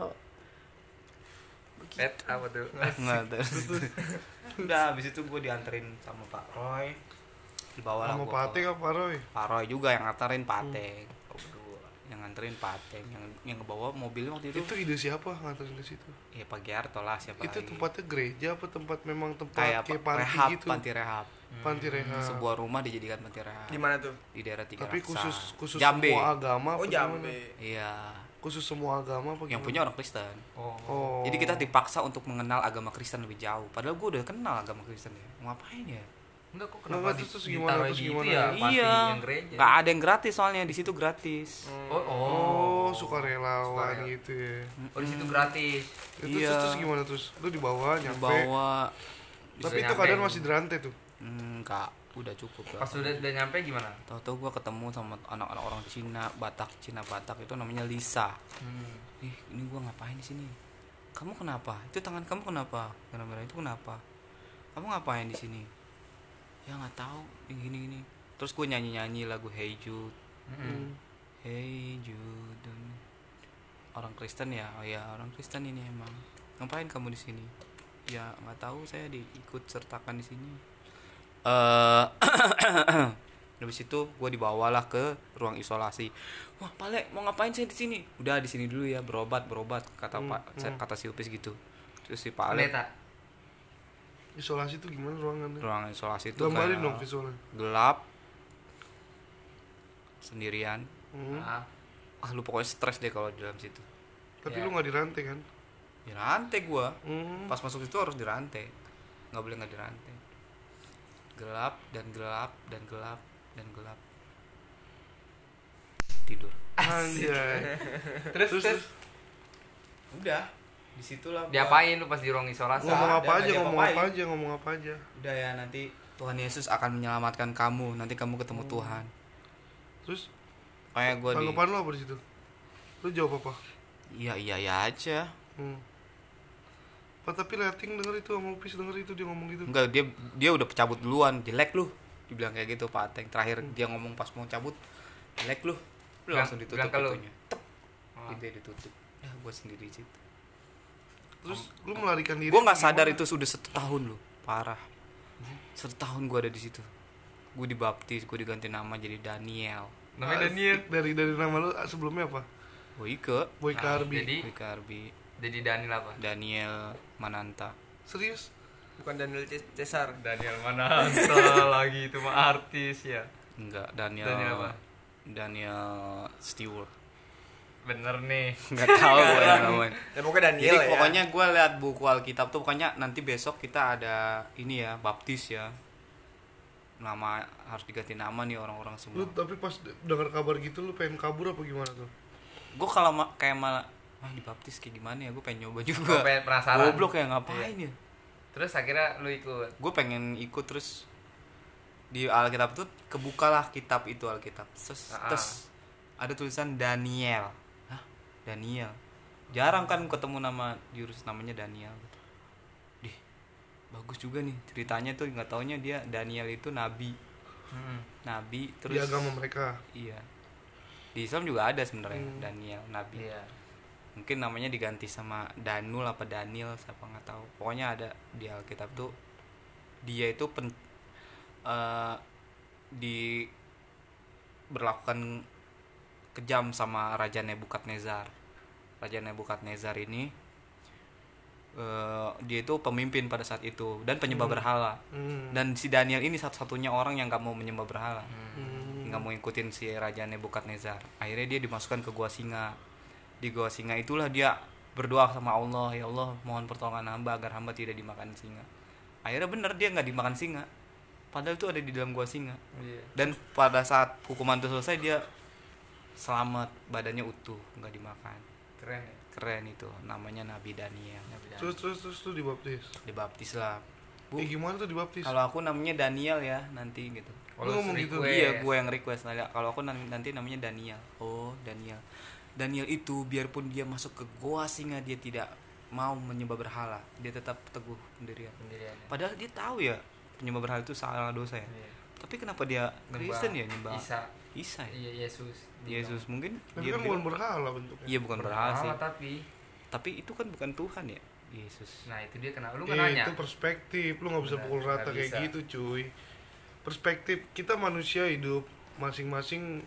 Pet apa tuh? nggak terus. Udah habis itu gue dianterin sama Pak Roy. Dibawa lah Sama gua Pak ke- Ateng apa Roy? Pak Roy juga yang nganterin Pak Ateng. Oh, berdua. Yang nganterin Pak Ateng, yang yang ngebawa mobilnya waktu itu. Itu ide siapa nganterin ke situ? Ya Pak Giarto lah siapa Itu lagi. tempatnya gereja apa tempat memang tempat kayak kayak, pa- panti rehab, gitu? panti rehab. Panti rehab. Sebuah rumah dijadikan panti rehab. Di mana tuh? Di daerah Tiga Tapi Raksa. khusus khusus Jambe. semua agama Oh, apa Jambe. gimana? Iya. Khusus semua agama apa Yang gimana? punya orang Kristen. Oh. Oh. Jadi kita dipaksa untuk mengenal agama Kristen lebih jauh. Padahal gue udah kenal agama Kristen ya. Mau ngapain ya? Enggak kok Nggak, kenapa di, terus- terus gimana, ditaruh terus gitu gimana? ya? Panti Iya. yang gereja. Nggak ada yang gratis soalnya di situ gratis. Oh, oh. Oh, sukarelawan Sukarela. gitu ya. Oh, di situ gratis. Itu Iya. terus, terus gimana terus? Lu dibawa nyampe. Dibawa. Tapi Bisa itu nyampe. keadaan masih di rantai tuh. Hmm, Enggak, udah cukup. Pas udah udah nyampe gimana? Tahu-tahu gue ketemu sama anak-anak orang Cina, Batak, Cina Batak itu namanya Lisa. Hmm. Ih, ini gue ngapain di sini? Kamu kenapa? Itu tangan kamu kenapa? Merah-merah itu kenapa? Kamu ngapain di sini? Ya nggak tahu, ini gini gini. Terus gue nyanyi-nyanyi lagu Hey Jude, Hmm. Hey Jude. Dan orang Kristen ya, oh ya orang Kristen ini emang. Ngapain kamu di sini? Ya nggak tahu, saya diikut sertakan di sini. Eh, habis itu gue dibawalah ke ruang isolasi. Wah, Pale, mau ngapain saya di sini? Udah di sini dulu ya, berobat, berobat kata Hmm, Pak, hmm. kata si Upis gitu. Terus si Pak Ale, Pendeta. Isolasi tuh gimana ruangannya? ruang isolasi itu Gambarin kayak dong visualnya. gelap, sendirian. Hmm. Ah. Ah, lu pokoknya stres deh kalau di dalam situ. Tapi Ya. lu nggak di rantai kan? Di rantai gua. Hmm. Pas masuk itu harus di rantai. Nggak boleh nggak di rantai. Gelap dan gelap dan gelap dan gelap. Tidur. Anjay. Terus Terus, terus Udah, disitulah gua- diapain lu pas di ruang isolasi? ngomong ada, apa nggak aja, ngomong diapa-apain. apa aja, ngomong apa aja. Udah ya, nanti Tuhan Yesus akan menyelamatkan kamu. Nanti kamu ketemu Tuhan. Terus Kayak gue di Tanggapan lo apa di situ? Lu jawab apa? iya iya iya aja. Hmm. Pak tapi Leting denger itu sama Upis denger itu dia ngomong gitu. Enggak, dia dia udah cabut duluan, jelek lu. Dibilang kayak gitu Pak Ateng. Terakhir dia ngomong pas mau cabut, jelek lu. Lu Bilang- langsung ditutup bilang ke lu? pintunya. Tep. Oh. Pintunya ditutup. Ya gue sendiri di situ. Terus lu melarikan diri. Gue nggak apa sadar gimana? itu sudah satu tahun lu, parah. Satu tahun gue ada di situ. Gue dibaptis, gue diganti nama jadi Daniel. Namanya Daniel. Dari dari nama lu sebelumnya apa? Boyke, Boy Nah, Karbi. jadi Boyke Arbi, jadi Daniel apa? Daniel Mananta. Serius? Bukan Daniel C- Cesar. Daniel mana lagi itu mah artis ya. Enggak, Daniel. Daniel apa? Daniel Stewart. Bener nih. Enggak tahu gue namanya. Ya pokoknya Daniel Jadi ya. pokoknya gue lihat buku Alkitab tuh pokoknya nanti besok kita ada ini ya, baptis ya. Nama harus diganti nama nih orang-orang semua. Lu tapi pas dengar kabar gitu lu pengen kabur apa gimana tuh? Gue kalau ma- kayak malah ah dibaptis kayak gimana ya, gue pengen nyoba juga. Gua pengen penasaran. Goblok ya ngapain ya? Terus akhirnya lu ikut. Gue pengen ikut terus di Alkitab tuh kebukalah kitab itu Alkitab. Terus, Ah. terus ada tulisan Daniel. Hah? Daniel. Jarang kan ketemu nama jurus namanya Daniel. Dih, bagus juga nih ceritanya tuh, nggak taunya dia Daniel itu nabi. Hmm. Nabi Di terus agama mereka. iya. Di Islam juga ada sebenarnya Hmm. Daniel nabi. Iya. Mungkin namanya diganti sama Danul apa Daniel siapa nggak tahu. Pokoknya ada di Alkitab tuh dia itu pen, eh, di berlakukan kejam sama Raja Nebukadnezar. Raja Nebukadnezar ini eh, dia itu pemimpin pada saat itu dan penyembah berhala. Hmm. Dan si Daniel ini satu-satunya orang yang nggak mau menyembah berhala, Hmm. nggak mau ngikutin si Raja Nebukadnezar. Akhirnya dia dimasukkan ke gua singa. Di gua singa itulah dia berdoa sama Allah, ya Allah mohon pertolongan hamba agar hamba tidak dimakan singa. Akhirnya bener dia nggak dimakan singa, padahal itu ada di dalam gua singa. Iya. Dan pada saat hukuman itu selesai dia selamat, badannya utuh, nggak dimakan. Keren ya. Keren itu, namanya Nabi Daniel. Nabi Daniel. Terus terus terus lu dibaptis. Dibaptis lah. Bu, Eh gimana tuh dibaptis? kalau aku namanya Daniel ya nanti gitu. Oh, Lu lu ngomong gitu? request. Iya, gue yang request. Nah, kalau aku nan- nanti namanya Daniel. Oh, Daniel. Daniel itu biarpun dia masuk ke goa singa dia tidak mau menyembah berhala. Dia tetap teguh pendirian. Pendiriannya. Padahal dia tahu ya penyembah berhala itu salah dosa ya. Iya. Tapi kenapa dia Kristen ya nyembah Isa. Isa ya? Iya, Yesus. Yesus mungkin Tapi dia kan bilang- bukan berhala bentuknya. Iya bukan berhala sih. Berhala, tapi Tapi itu kan bukan Tuhan ya, Yesus. nah itu dia kenapa lu Eh, nggak nanya? itu perspektif, lu nggak bisa Benar, pukul rata nggak kayak bisa. gitu cuy. Perspektif kita manusia hidup masing-masing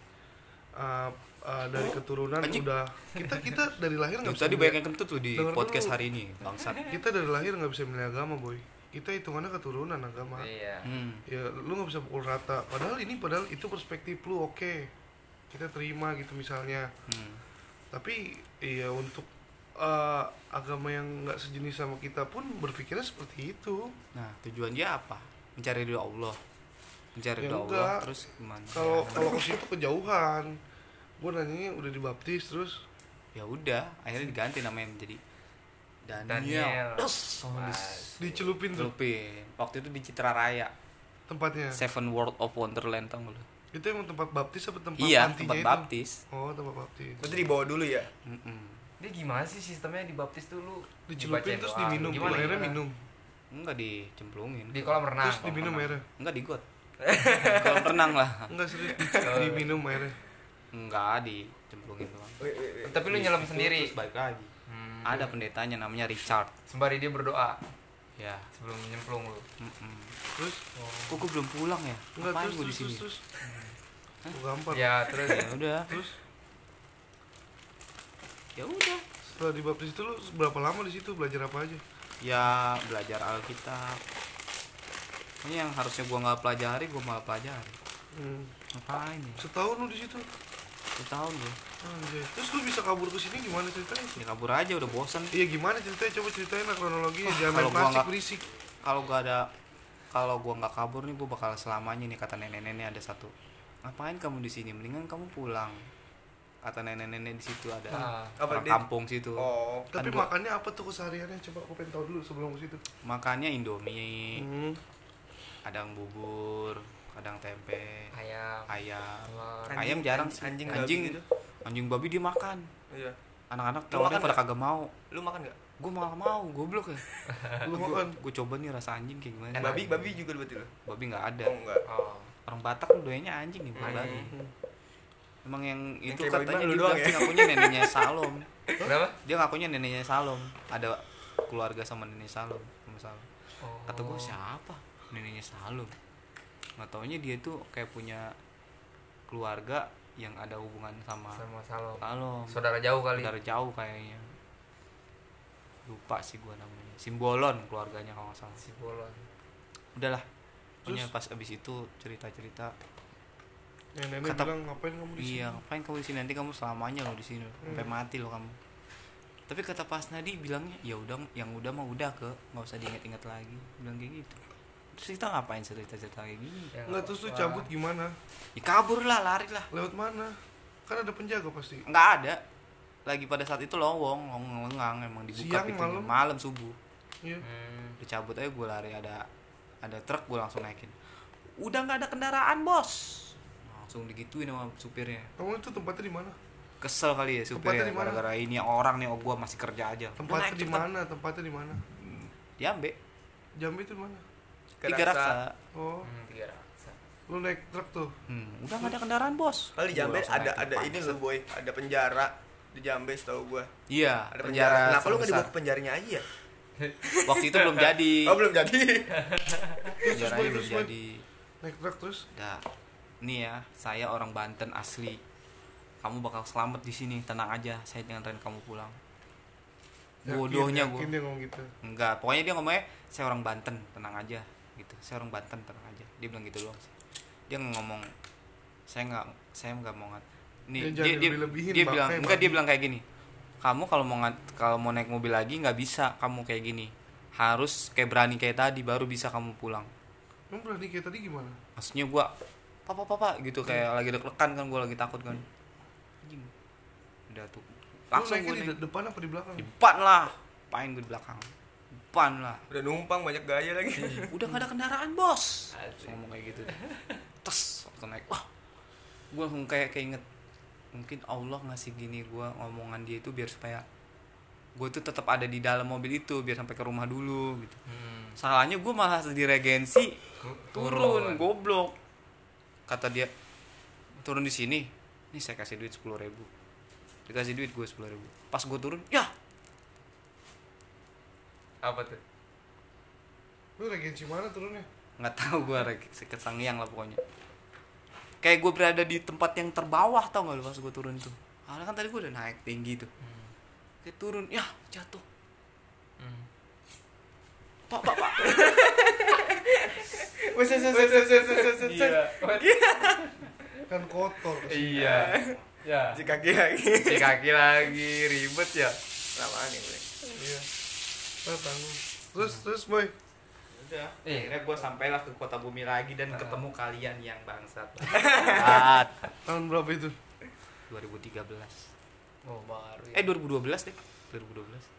uh, uh, dari keturunan Anjing. udah kita kita dari lahir nggak Yang bisa tadi milih- banyak yang kentut tuh di Dengar podcast dulu. hari ini, bangsat. kita dari lahir nggak bisa milih agama boy. Kita hitungannya keturunan agama. Iya. Hmm. Ya lu nggak bisa pukul rata. Padahal ini padahal itu perspektif lu oke. Kita terima gitu misalnya. Hmm. Tapi iya untuk uh, agama yang nggak sejenis sama kita pun berpikirnya seperti itu. Nah, tujuan dia apa? Mencari ridho Allah. Mencari Ya ridho Allah enggak. terus gimana? Kalau kalau ke situ kejauhan. Gue nanyanya udah dibaptis terus. Ya udah, akhirnya diganti namanya menjadi Daniel. Daniel. Yes. Oh, Mas. Dicelupin tuh Lupin. Waktu itu di Citra Raya, tempatnya. Seven World of Wonderland tau nggak lu? Itu emang tempat baptis apa tempat Iya, antinya tempat itu? baptis. Oh, tempat baptis. Berarti dibawa dulu ya. Mm-mm. Dia gimana sih sistemnya di baptis tuh lu? Dicelupin dibacain terus doang. diminum, Gimana, akhirnya gimana? minum. Enggak dicemplungin. Di kolam renang. Terus diminum renang. airnya. Enggak di got. Kalau renang lah. Enggak serius diminum airnya. Enggak dicemplungin doang. Wait, wait, wait. Tapi lu nyelam sendiri. Terus balik lagi. Hmm. Ada pendetanya namanya Richard. Sembari dia berdoa Ya. sebelum nyemplung lu. Mm-mm. Terus Kok gue belum pulang ya? enggak Ngapain terus gue di terus sini? terus. terus. Gue gampar. Ya terus Ya udah. Terus Ya udah. setelah dibaptis itu lu berapa lama di situ belajar apa aja? Ya belajar Alkitab. Ini yang harusnya gua nggak pelajari, gua malah pelajari. Hmm. Ngapain ya? Setahun lu di situ. Satu tahun gua. Anjay. Terus lu bisa kabur ke sini gimana ceritanya? Ya kabur aja udah bosan. Iya gimana ceritanya? Coba ceritain lah kronologinya. Wah, Jangan main kalau gua plastik nggak- berisik. Kalau gua ada kalau gua nggak kabur nih gua bakal selamanya nih kata nenek-nenek ada satu. Ngapain kamu di sini? Mendingan kamu pulang. Kata nenek-nenek di situ ada Ah. orang Apa dia- kampung situ. Oh, Tapi Kan gua- makannya apa tuh kesehariannya? Coba aku pengen tahu dulu sebelum ke situ. Makannya Indomie, Hmm. kadang bubur, kadang tempe, Ayam. ayam. Telur. Anjing- Ayam jarang anjing- sih. anjing Anjing, babi gitu. anjing babi dia makan. Iya. Anak-anak Lu telurnya makan pada nggak? kagak mau. Lu makan nggak? Gue malah mau, goblok ya. Lu makan? Gue coba nih rasa anjing kayak gimana. Enak. Babi babi juga berarti lu. Babi nggak ada. Oh enggak. Oh. Orang Batak kan doyannya anjing nih, bukan Hmm. babi. Emang yang Yang itu kayak babi katanya mah lu juga doang ya? sih ngakunya neneknya Salom. Kenapa? Dia ngakunya neneknya Salom. Ada keluarga sama nenek Salom, sama Salom. Oh. Kata gue siapa? Neneknya Salom. Nggak taunya dia tuh kayak punya keluarga yang ada hubungan sama Sama Salom. Salom. Saudara jauh kali. Saudara jauh kayaknya. Lupa sih gua namanya. Simbolon keluarganya kalau nggak salah. Si Bolon. Udahlah. Pokoknya Terus? pas abis itu cerita-cerita. Nenek-nenek Kata- bilang ngapain kamu di sini? Iya, ngapain kamu di sini? Nanti kamu selamanya loh di sini, sampai Hmm. mati loh kamu. Tapi kata Pas Nadi bilangnya, ya udah, yang udah mah udah ke, nggak usah diingat-ingat lagi. Bilang kayak gitu. Terus kita ngapain cerita-cerita kayak gini? Ya, Enggak, terus lu apa. cabut gimana? Ya kabur lah, lari lah. Lewat mana? Kan ada penjaga pasti. Nggak ada. Lagi pada saat itu lowong, lowong lengang emang dibuka Siang, pintunya. malam? Malam subuh. Iya. Hmm. Dicabut aja gue lari, ada ada truk gue langsung naikin. Udah nggak ada kendaraan bos. Langsung digituin sama supirnya. Kamu itu tempatnya di mana? Kesel kali ya Tempatnya supirnya di mana? gara-gara ini orang nih, oh gue masih kerja aja. Tempatnya naik di cepet. mana? Tempatnya di mana? Diambil. Jambi itu di mana? Tiga raksa. Oh, Hmm, tiga raksa. lu naik truk tuh. Hmm, udah nggak ada kendaraan bos. Kali di Gua Jambe langsung ada naik ada depan. ini loh boy, ada penjara di Jambe setahu gua. Iya. Ada penjara. Kenapa lu nggak terbesar. dibawa ke penjaranya aja ya? Waktu itu belum jadi. Oh belum jadi. Penjaranya Boy, belum terus, Boy. jadi. Naik truk terus. Dah. Nih ya, saya orang Banten asli. Kamu bakal selamat di sini, tenang aja. Saya nganterin kamu pulang. Yakin- Bodohnya yakin gue. dia ngomong gitu. Enggak, pokoknya dia ngomongnya saya orang Banten, tenang aja gitu. Saya orang Banten, tenang aja. Dia bilang gitu doang sih. Dia ngomong saya nggak saya nggak mau ngat. Nih Dia dia jangan dia, dilebih-lebihin, dia Bang. bilang Kayak enggak dia babi. bilang kayak gini. Kamu kalau mau ngat, kalau mau naik mobil lagi nggak bisa kamu kayak gini. Harus kayak berani kayak tadi baru bisa kamu pulang. Kamu berani kayak tadi gimana? Maksudnya gua papa papa gitu kayak lagi deg-degan kan, gua lagi takut kan. Anjing. Udah tuh. Langsung Lu gua naiknya di naik. de- depan apa di belakang? Di depan lah. Paling gue di belakang. Depan lah. Udah numpang banyak gaya lagi. Udah gak ada kendaraan bos. Asik. Langsung ngomong kayak gitu. Tes waktu naik. Wah. Gue langsung kayak keinget. Mungkin Allah ngasih gini gue ngomongan dia itu biar supaya gue tuh tetap ada di dalam mobil itu biar sampai ke rumah dulu gitu. Hmm. Salahnya gue malah diregensi turun, Turun. goblok. Kata dia turun di sini. Nih saya kasih duit sepuluh ribu. Dikasih duit gue sepuluh ribu. Pas gue turun, ya Apa tuh? Lu regensi mana turunnya? nggak tahu gue kesangiang lah pokoknya. Kayak gue berada di tempat yang terbawah, tau gak lu pas gue turun tuh. Karena kan tadi gue udah naik tinggi tuh. Hmm. Kayak turun, ya jatuh. Hmm. Pak, pak, pak. Wes wes wes wes wes wes wes. Iya. Kan kotor. kesini. Iya. Ya. Si kaki lagi. Si kaki lagi ribet ya. Lamaan nih gue. Iya. Nah, tanggung. Terus terus boy. Udah. Eh. Akhirnya gue sampailah ke kota bumi lagi dan Ah. ketemu kalian yang bangsat. Bangsat. Tahun berapa itu? dua ribu tiga belas. Oh, baru. Eh dua ribu dua belas deh. dua ribu dua belas.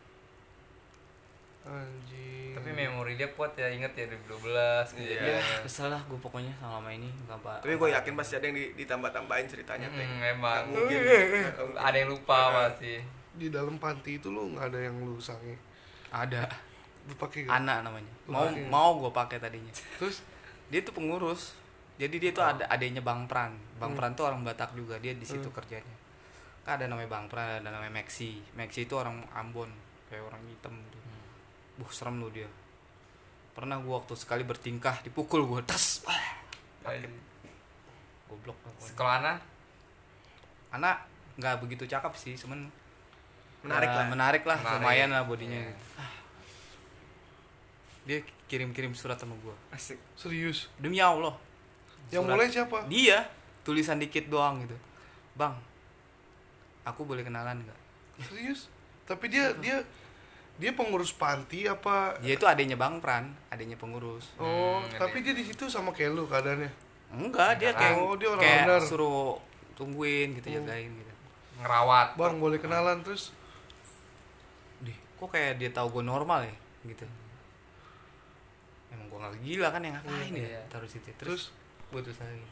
Anjing. Tapi memori dia kuat ya, inget ya dua ribu dua belas gitu Iya. Ya, kesel lah gue pokoknya selama ini nggak apa. Tapi gue yakin pasti ada yang di- ditambah-tambahin ceritanya teh. Hmm, Nggak emang. mungkin. Ada yang lupa pasti. Di dalam panti itu lu nggak ada yang lu sange. Ada. Lu pakai gak? Anak namanya. Lu Mau pakai nggak? mau gue pakai tadinya. Terus Dia tuh pengurus. Jadi dia tuh ada adanya Bang Pran. Bang Pran tuh orang Batak juga, dia di situ Hmm. kerjanya. Kan ada namanya Bang Pran, ada namanya Maxi. Maxi itu orang Ambon, kayak orang hitam gitu. Buh, serem lu dia. Pernah gua waktu sekali bertingkah dipukul gua, tas. Wah, goblok lah pokoknya. Sekolah anak? Anak nggak begitu cakep sih, cuman Menarik eh, lah. menarik lah, Menarik. lumayan lah bodinya. Iya. Ah. Dia kirim-kirim surat sama gua. Asik. serius. Demi Allah. Yang Surat- mulai siapa? Dia tulisan dikit doang gitu. Bang, aku boleh kenalan nggak? Serius? Tapi dia dia dia pengurus panti apa? Dia itu adanya Bang Pran, adanya pengurus. Oh, Hmm, tapi ngerti. dia di situ sama kayak lu keadaannya. Enggak, dia kayak Oh, dia orang kayak benar. suruh tungguin gitu, Hmm. jagain gitu. Ngerawat. Bang, boleh kenalan terus. Dih, kok kayak dia tahu gue normal ya gitu. Emang gue nggak gila kan yang ngapain Hmm, ya iya. taruh situ. Terus Terus gue terus lagi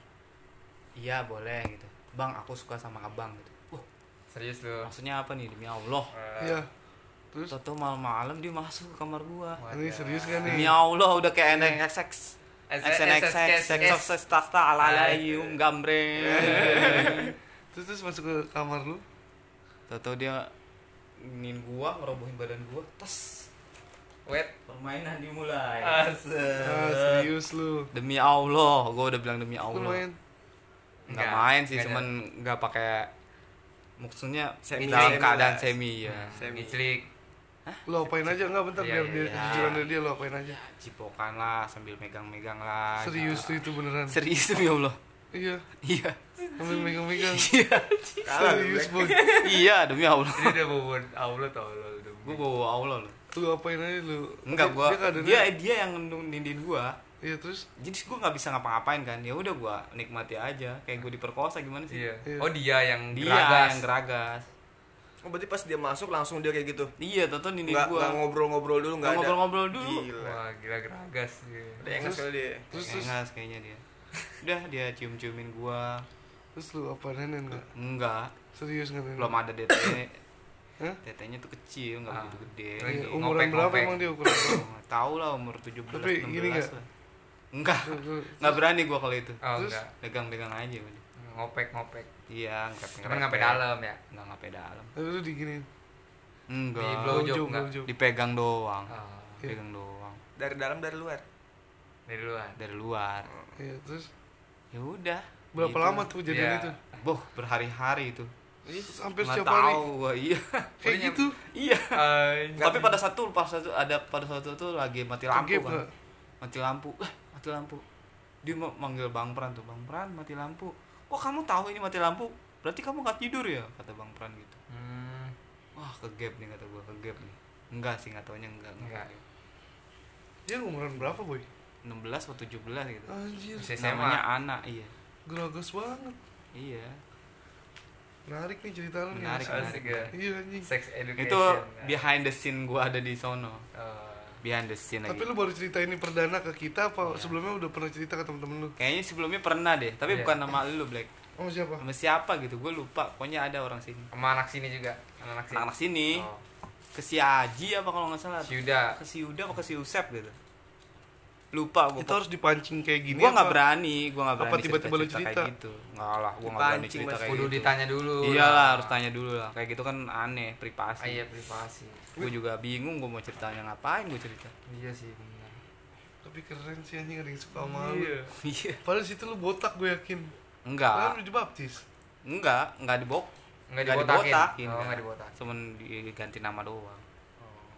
iya boleh gitu bang aku suka sama abang gitu wah Serius lu. maksudnya apa nih demi Allah Iya. Terus Toto malam-malam dia masuk ke kamar gua ini serius kan demi nih? Allah udah kayak N X X X N X X X X X tasta ala alayum gambre Terus terus masuk ke kamar lu. Toto dia nginin gua ngerobohin badan gua tes Wet. permainan dimulai Ah, serius lu. demi Allah gua udah bilang demi Lu Allah main. nggak Nggak, main sih nggak cuman nggak pakai maksudnya Semi, dalam semi keadaan lah. semi ya Semi. Ngiclik. Lu apain aja enggak bentar Iya, biar iya, dia iya. jujuran dari dia lu apain aja. cipokan lah sambil megang-megang lah Serius tuh itu beneran. serius demi Allah Iya. iya Sambil megang-megang. Kalah lu, Serius, Black. Boy. iya demi Allah Ini udah bawa Allah tau lo udah. gua bawa Allah loh Lu apain aja lu? enggak Dia- gua Dia keadaannya- dia dia yang nindin gua Iya terus jadi gua nggak bisa ngapa-ngapain kan ya udah gua nikmati aja kayak gua diperkosa gimana sih Iya. Iya. Oh dia yang dia geragas. yang geragas Oh, berarti pas dia masuk langsung dia kayak gitu. iya Toto nindin Nggak gua nggak ngobrol-ngobrol dulu, nggak Nggak ada. ngobrol-ngobrol dulu. Gila. Wah gila geragas. Iya. Ada yang sekali dia. terus terus Engas kayaknya dia udah dia cium-ciumin gua terus lu apa nenen enggak? enggak Serius enggak nenen? belum ada D T Hah? tetenya tuh kecil nggak Ah. begitu gede Lagi Iya, umuran ngopek, berapa ngopek. emang dia ukuran berapa? Nggak tahu lah umur tujuh belas Tapi enam gini belas nggak? lah enggak Tuh, tuh. nggak berani gua kalau itu Oh Terus? enggak. pegang-pegang aja udah. Ngopek-ngopek. iya ngepek Cuman ngapain dalam ya? nggak ngapain dalam Tapi lu diginiin. enggak Di blow job Blowjob, enggak? blowjob. dipegang doang Oh, Iya. pegang doang Dari dalam dari luar. dari luar. dari luar Iya, terus ya udah berapa gitu. lama tuh kejadian Iya. itu? boh berhari-hari itu Hampir nggak setiap hari. tahu gua iya Kayak Pokoknya- gitu. iya Anjing. tapi pada satu pas satu ada pada satu tuh lagi mati lampu Kegep kan nggak? mati lampu eh mati lampu dia mau manggil Bang Pran tuh Bang Pran mati lampu kok kamu tahu ini mati lampu berarti kamu nggak tidur ya kata Bang Pran gitu Hmm, wah kegep nih kata gua kegep nih enggak sih nggak taunya enggak Enggak. Dia umuran berapa, Boy? enam belas atau tujuh belas gitu Anjir, Bisa S M A. namanya anak iya geragas banget. iya Menarik nih cerita lu nih. Menarik, asik ya. Iya anjing. Sex education. itu behind the scene gua ada di sono Oh. behind the scene Tapi lagi lu baru cerita ini perdana ke kita apa Iya. sebelumnya udah pernah cerita ke temen-temen lu? kayaknya sebelumnya pernah deh tapi Iya. bukan nama lu Black Oh, siapa? sama siapa gitu gue lupa pokoknya ada orang sini Sama anak sini juga. Anak sini. anak sini Oh. ke si Aji apa kalau nggak salah Si Yuda. ke si Uda apa ke si Usep gitu lupa gue Itu harus dipancing kayak gini gue nggak apa? berani gue nggak apa berani tiba-tiba lu cerita-cerita cerita? kayak gitu nggak lah gue nggak berani Dipancing, cerita Mas. kayak Kudu gitu ditanya dulu. iyalah harus tanya dulu lah kayak gitu kan aneh privasi Ah, iya privasi. gue juga bingung gue mau ceritanya ngapain gue cerita Iya sih benar. Tapi keren sih anjing ada yang suka sama lu. Iya. iya Padahal situ lu botak gue yakin. Kan enggak lu dibaptis. enggak enggak dibok Enggak Nggak dibotakin. dibotakin, Oh, kan. enggak dibotakin. cuman diganti nama doang Oh.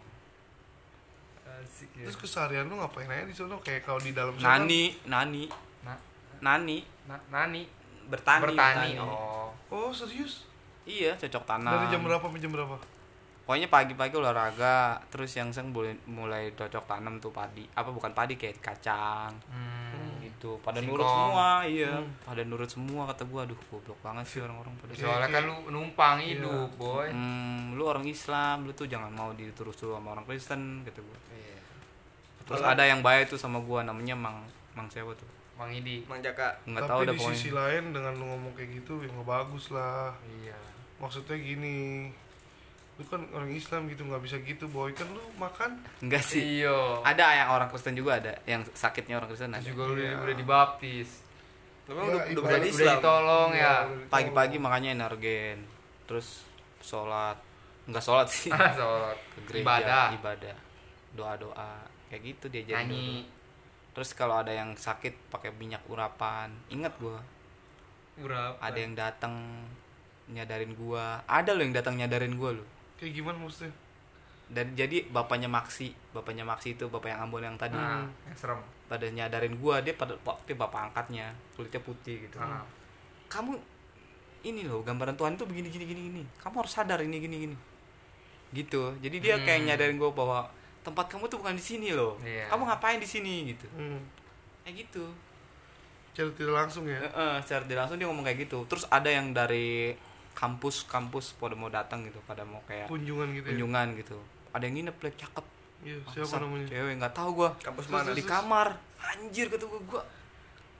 Asik ya. Terus keseharian lu ngapain aja di sono kayak kalau di dalam sana? nani nani Na, nani na, nani bertani bertani. bertani. Oh. Oh, serius? iya cocok tanam Dari jam berapa sampai jam berapa? pokoknya pagi-pagi olahraga terus yang seng boleh mulai cocok tanam tuh padi apa bukan padi kayak kacang Hmm. gitu pada Singkong. nurut semua iya Hmm. pada nurut semua kata gua aduh goblok banget sih orang-orang pada Soalnya kan lu numpang hidup, boy. hmm, lu orang Islam lu tuh jangan mau diterus dulu sama orang Kristen kata gua Iya. terus Kalau- ada yang baik tuh sama gua namanya Mang Mang siapa tuh Mang Idi. Mang Jaka. nggak Tapi tahu dah di pokoknya sisi lain dengan lu ngomong kayak gitu ya nggak bagus lah. Iya. Maksudnya gini, lu kan orang Islam gitu nggak bisa gitu boy kan lu makan enggak sih Iya. ada yang orang Kristen juga ada yang sakitnya orang Kristen ada Terus juga udah, Iya. udah dibaptis. Lu memang Ya, udah, udah ibarat- berani Udah Islam. ditolong ya. pagi-pagi makanya energen terus sholat nggak sholat sih Sholat. ke gereja Ibadah. ibadah doa-doa kayak gitu dia jadi Nyanyi. terus kalau ada yang sakit pakai minyak urapan ingat gua Berapa? ada yang datang nyadarin gua ada loh yang datang nyadarin gua loh kayak gimana maksudnya? dan jadi bapaknya Maksi bapaknya Maksi itu bapak yang Ambon yang tadi Nah, yang serem. pada nyadarin gua dia pada tapi bapak angkatnya kulitnya putih gitu Ah. kamu ini loh gambaran Tuhan itu begini gini gini gini kamu harus sadar ini gini gini gitu jadi dia kayak Hmm. nyadarin gua bahwa tempat kamu tuh bukan di sini loh Iya. kamu ngapain di sini gitu Hmm. kayak gitu Cara tidak langsung ya. Heeh, secara tidak langsung dia ngomong kayak gitu terus ada yang dari kampus kampus pada mau datang gitu pada mau kayak Kunjungan gitu ya. kunjungan gitu ada yang nginep Black cakep Iya, siapa Bangsat, namanya? cewek nggak tahu gua Kampus Terus, mana? terus, di kamar anjir kata gua gua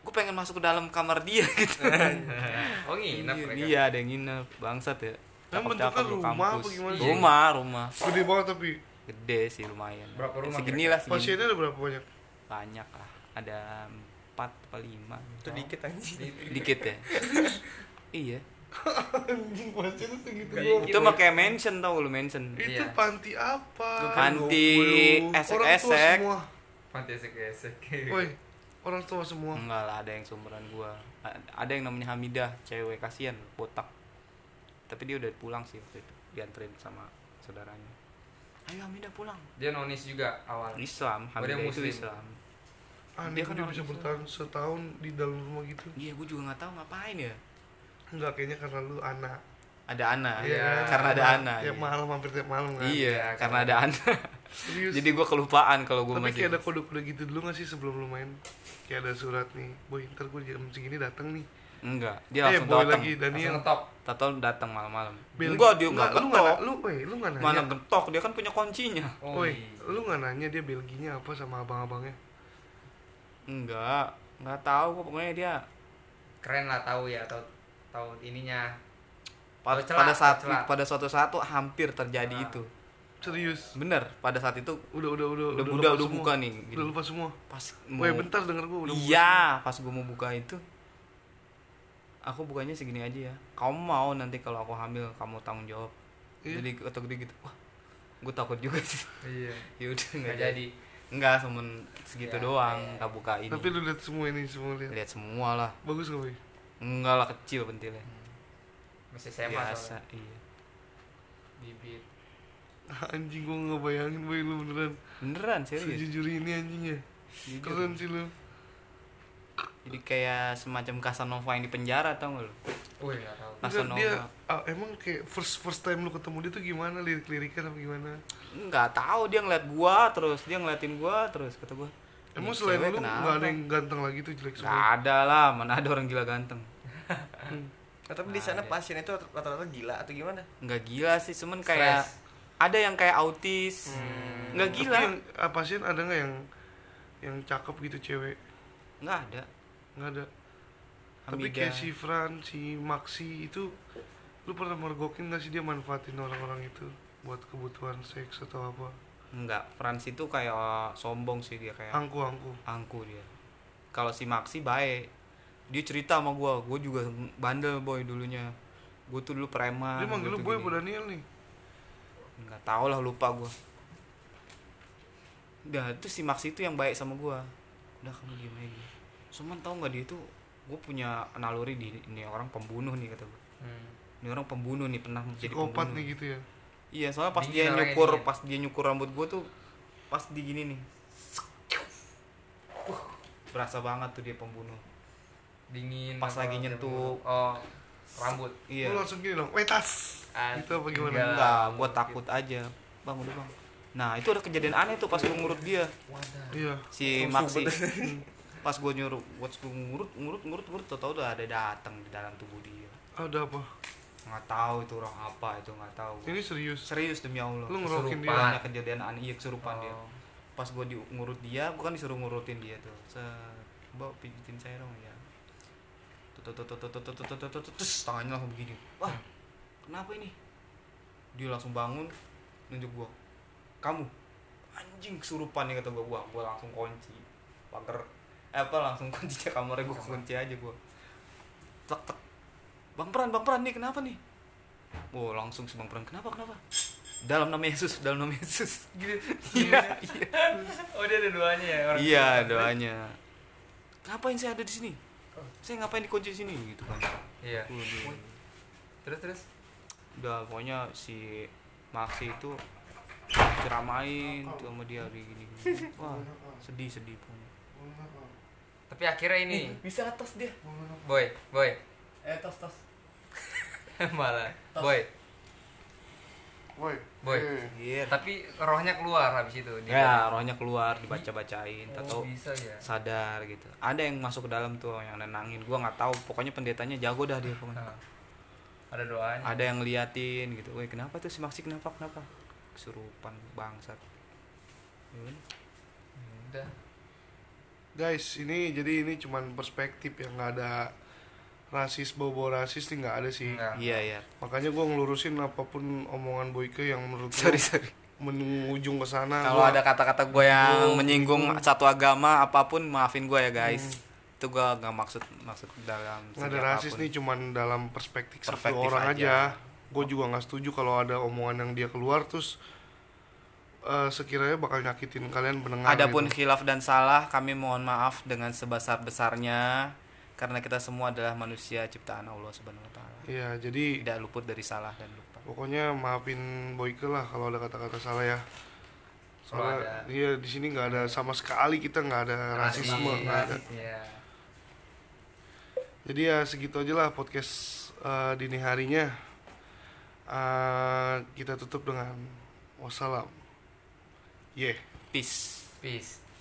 gue pengen masuk ke dalam kamar dia gitu. Oh nginep Iya, mereka. Iya, ada yang nginep, bangsat ya. Emang Cakep-cakep bentuknya lu rumah kampus. apa gimana? Iya. Rumah, rumah. Gede banget tapi Gede sih lumayan. Berapa rumah Segini kira-kira? lah, segini. pasiennya ada berapa banyak? Banyak lah. Ada empat atau lima. Itu dikit anjing. Dikit ya. Iya. Anjing pasiennya segitu Kayak doang. Itu mah kayak mention tau lu mention. Itu Iya. panti apa? Panti Orang tua esek-esek. semua. Panti esek-esek. Woi, orang tua semua. Enggak lah, ada yang seumuran gua. A- Ada yang namanya Hamidah, cewek kasihan, botak. Tapi dia udah pulang sih waktu itu. Dianterin sama saudaranya. Ayo Hamidah pulang. Dia nonis juga awal. Islam, Oh, dia Hamidah itu muslim. Islam. Aneh Dia dia, kan dia orang bisa Islam. bertahan setahun di dalam rumah gitu. Iya, gua juga nggak tahu ngapain ya. Enggak, kayaknya karena lu anak. Ada anak. Iya, karena ada Tiap- anak. Tiap iya. malam hampir tiap malam kan. Iya, Iya, karena ada anak. Serius. Jadi gua kelupaan kalau gua Tapi masih. kayak ada kode-kode gitu dulu gak sih sebelum lu main? Kayak ada surat nih, boy ntar gue jam segini datang nih. Enggak, dia eh langsung boy datang. lagi Langsung Daniel. ngetop. Tahu datang malam-malam. Bel- Enggak, dia enggak lu nggak ngetok. lu, weh, lu nggak nanya. Mana getok, dia kan punya kuncinya. Oh, Woi, iya. lu nggak nanya dia Belginya apa sama abang-abangnya? Enggak, enggak tahu kok pokoknya dia Keren lah tahu ya, tahu tahu ininya. pa- Oh, celak, pada saat celak. pada suatu saat tuh hampir terjadi Ah. itu. Serius? Bener, pada saat itu Udah udah udah udah lupa udah udah semua. buka nih. Udah lupa semua. Pas mau Woi, bentar denger gue udah buka Iya, pas gue mau buka itu aku bukanya segini aja ya. Kamu mau nanti kalau aku hamil kamu tanggung jawab. Iya. Jadi kata gede gitu. Wah, gue takut juga sih. Iya. Ya udah Nggak nggak jadi. jadi. Enggak, cuman segitu Ya, doang, ya. tak buka ini. Tapi lu lihat semua ini semua lihat. Lihat semua lah. Bagus gak, boy? Enggak lah, kecil pentilnya. Masih S M A Biasa, soalnya. iya. Bibit. Anjing gue nggak bayangin boy lu beneran Beneran serius. sejujur ini anjing ya. Jujur. Keren sih lu. Jadi kayak semacam Casanova yang di penjara, tau gak lu? Wih, nggak tahu. Enggak, Casanova. dia ah, emang kayak first first time lu ketemu dia tuh gimana, lirik-lirikan apa gimana? Enggak tahu, dia ngeliat gua terus, dia ngeliatin gua terus, kata gua. Emang "Ini selain cewek lu kenapa?" nggak ada yang ganteng lagi tuh, jelek Nggak semua? ada lah, mana ada orang gila ganteng. Nah, tapi di sana pasien itu rata-rata gila atau gimana? Enggak gila sih, cuman kayak Stres. ada yang kayak autis. Enggak Tapi gila. yang ah, pasien ada nggak yang yang cakep gitu cewek? Enggak ada. Nggak ada. Tapi Hamidah. kayak si Fran, si Maxi itu, lu pernah mergokin nggak sih dia manfaatin orang-orang itu buat kebutuhan seks atau apa? Enggak, Frans itu kayak sombong sih dia, kayak Angku-angku. angku dia. Kalau si Maxi baik. Dia cerita sama gua, gua juga bandel boy dulunya. Gua tuh dulu preman. Dia manggil lu gua tuh boy gini. apa Daniel nih? Enggak tahu lah, lupa gua. Udah, itu si Maxi itu yang baik sama gua. Udah, kamu diem aja. Cuman tau nggak, dia tuh gua punya naluri di ini orang pembunuh nih, kata gua. Hmm. Ini orang pembunuh nih, pernah jadi Psikopat pembunuh. nih gitu ya. Iya, soalnya pas Dingin dia orangnya, nyukur, dingin. pas dia nyukur rambut gua tuh pas di gini nih. Uh, berasa banget tuh dia pembunuh. Dingin. Pas apa, lagi nyentuh. Oh, rambut. Iya. Lu langsung gini dong, wetas. Ah, Itu apa gimana? enggak. Enggak, gua takut aja. Bang, udah bang. Nah, itu ada kejadian aneh tuh pas gua ngurut dia. Wadah. Iya. Si Maxi. Pas gua nyuruh, pas gua ngurut, ngurut, ngurut, ngurut, tau-tau udah ada datang di dalam tubuh dia. Ada apa? Nggak tahu itu orang apa, itu nggak tahu. Ini serius. Serius demi Allah. Lu ngerokin dia. Kesurupan. Banyak kejadian aneh, iya kesurupan dia. Oh. Pas gua di ngurut dia, gua kan disuruh ngurutin dia tuh. Set, bawa pijitin saya dong ya. Tut tut tut tut tut tut tut tut tut, terus tangannya langsung begini. Wah, kenapa ini? Dia langsung bangun, nunjuk gua. Kamu anjing kesurupan nih, kata gua. Gua, gua langsung kunci pagar, eh apa langsung kunci kamarnya, gua kunci aja gua. Tek tek. Bang Pran, Bang Pran nih kenapa nih? Oh, langsung si Bang Pran, kenapa kenapa? Dalam nama Yesus, dalam nama Yesus. Gitu. Iya, iya. Oh, dia ada doanya ya orang. Iya, doanya. Ngapain saya ada di sini? Saya ngapain dikunci di sini gitu kan. Iya. Waduh. Terus terus. Udah, pokoknya si Maxi itu ceramain tuh sama dia kayak gini. Wah, sedih-sedih pokoknya. Tapi akhirnya ini, Bisa atas dia. boy, boy. Eh, tos tos. Malah, boy, Woi. boy. eh. Iya. Tapi rohnya keluar habis itu. Ya, rohnya keluar, dibaca-bacain, Oh, atau bisa ya. sadar gitu. Ada yang masuk ke dalam tuh yang nenangin. Gua nggak tahu, pokoknya pendetanya jago dah dia pokoknya. Nah, ada doanya. Ada yang ngeliatin gitu. Woi, kenapa tuh si Maxi, kenapa kenapa? Kesurupan bangsat. Ya udah. Udah. guys, ini jadi ini cuman perspektif yang nggak ada rasis, bau-bau rasis nih nggak ada sih. Enggak. Iya iya. Makanya gue ngelurusin apapun omongan Boyke yang menurut Sorry gue sorry. menujung ke sana. Kalau Gua- ada kata-kata gue yang gua- menyinggung gua- satu agama apapun maafin gue ya guys. Itu gue nggak maksud maksud dalam nggak ada segi rasis apapun. nih, cuman dalam perspektif, satu Perspektif orang aja. aja. Gue juga nggak setuju kalau ada omongan yang dia keluar terus eh, sekiranya bakal nyakitin kalian pendengar. Adapun gitu. khilaf dan salah, kami mohon maaf dengan sebesar-besarnya karena kita semua adalah manusia ciptaan Allah Subhanahu wa taala. Iya, jadi Tidak luput dari salah dan lupa. pokoknya maafin Boyke lah kalau ada kata-kata salah ya. Kalau Soalnya ada- iya di sini nggak ada sama sekali, kita nggak ada rasisme, nggak ada. Iya. Jadi ya segitu aja lah podcast eh, dini harinya. Eh, kita tutup dengan wassalam. Yeah. Peace. Peace.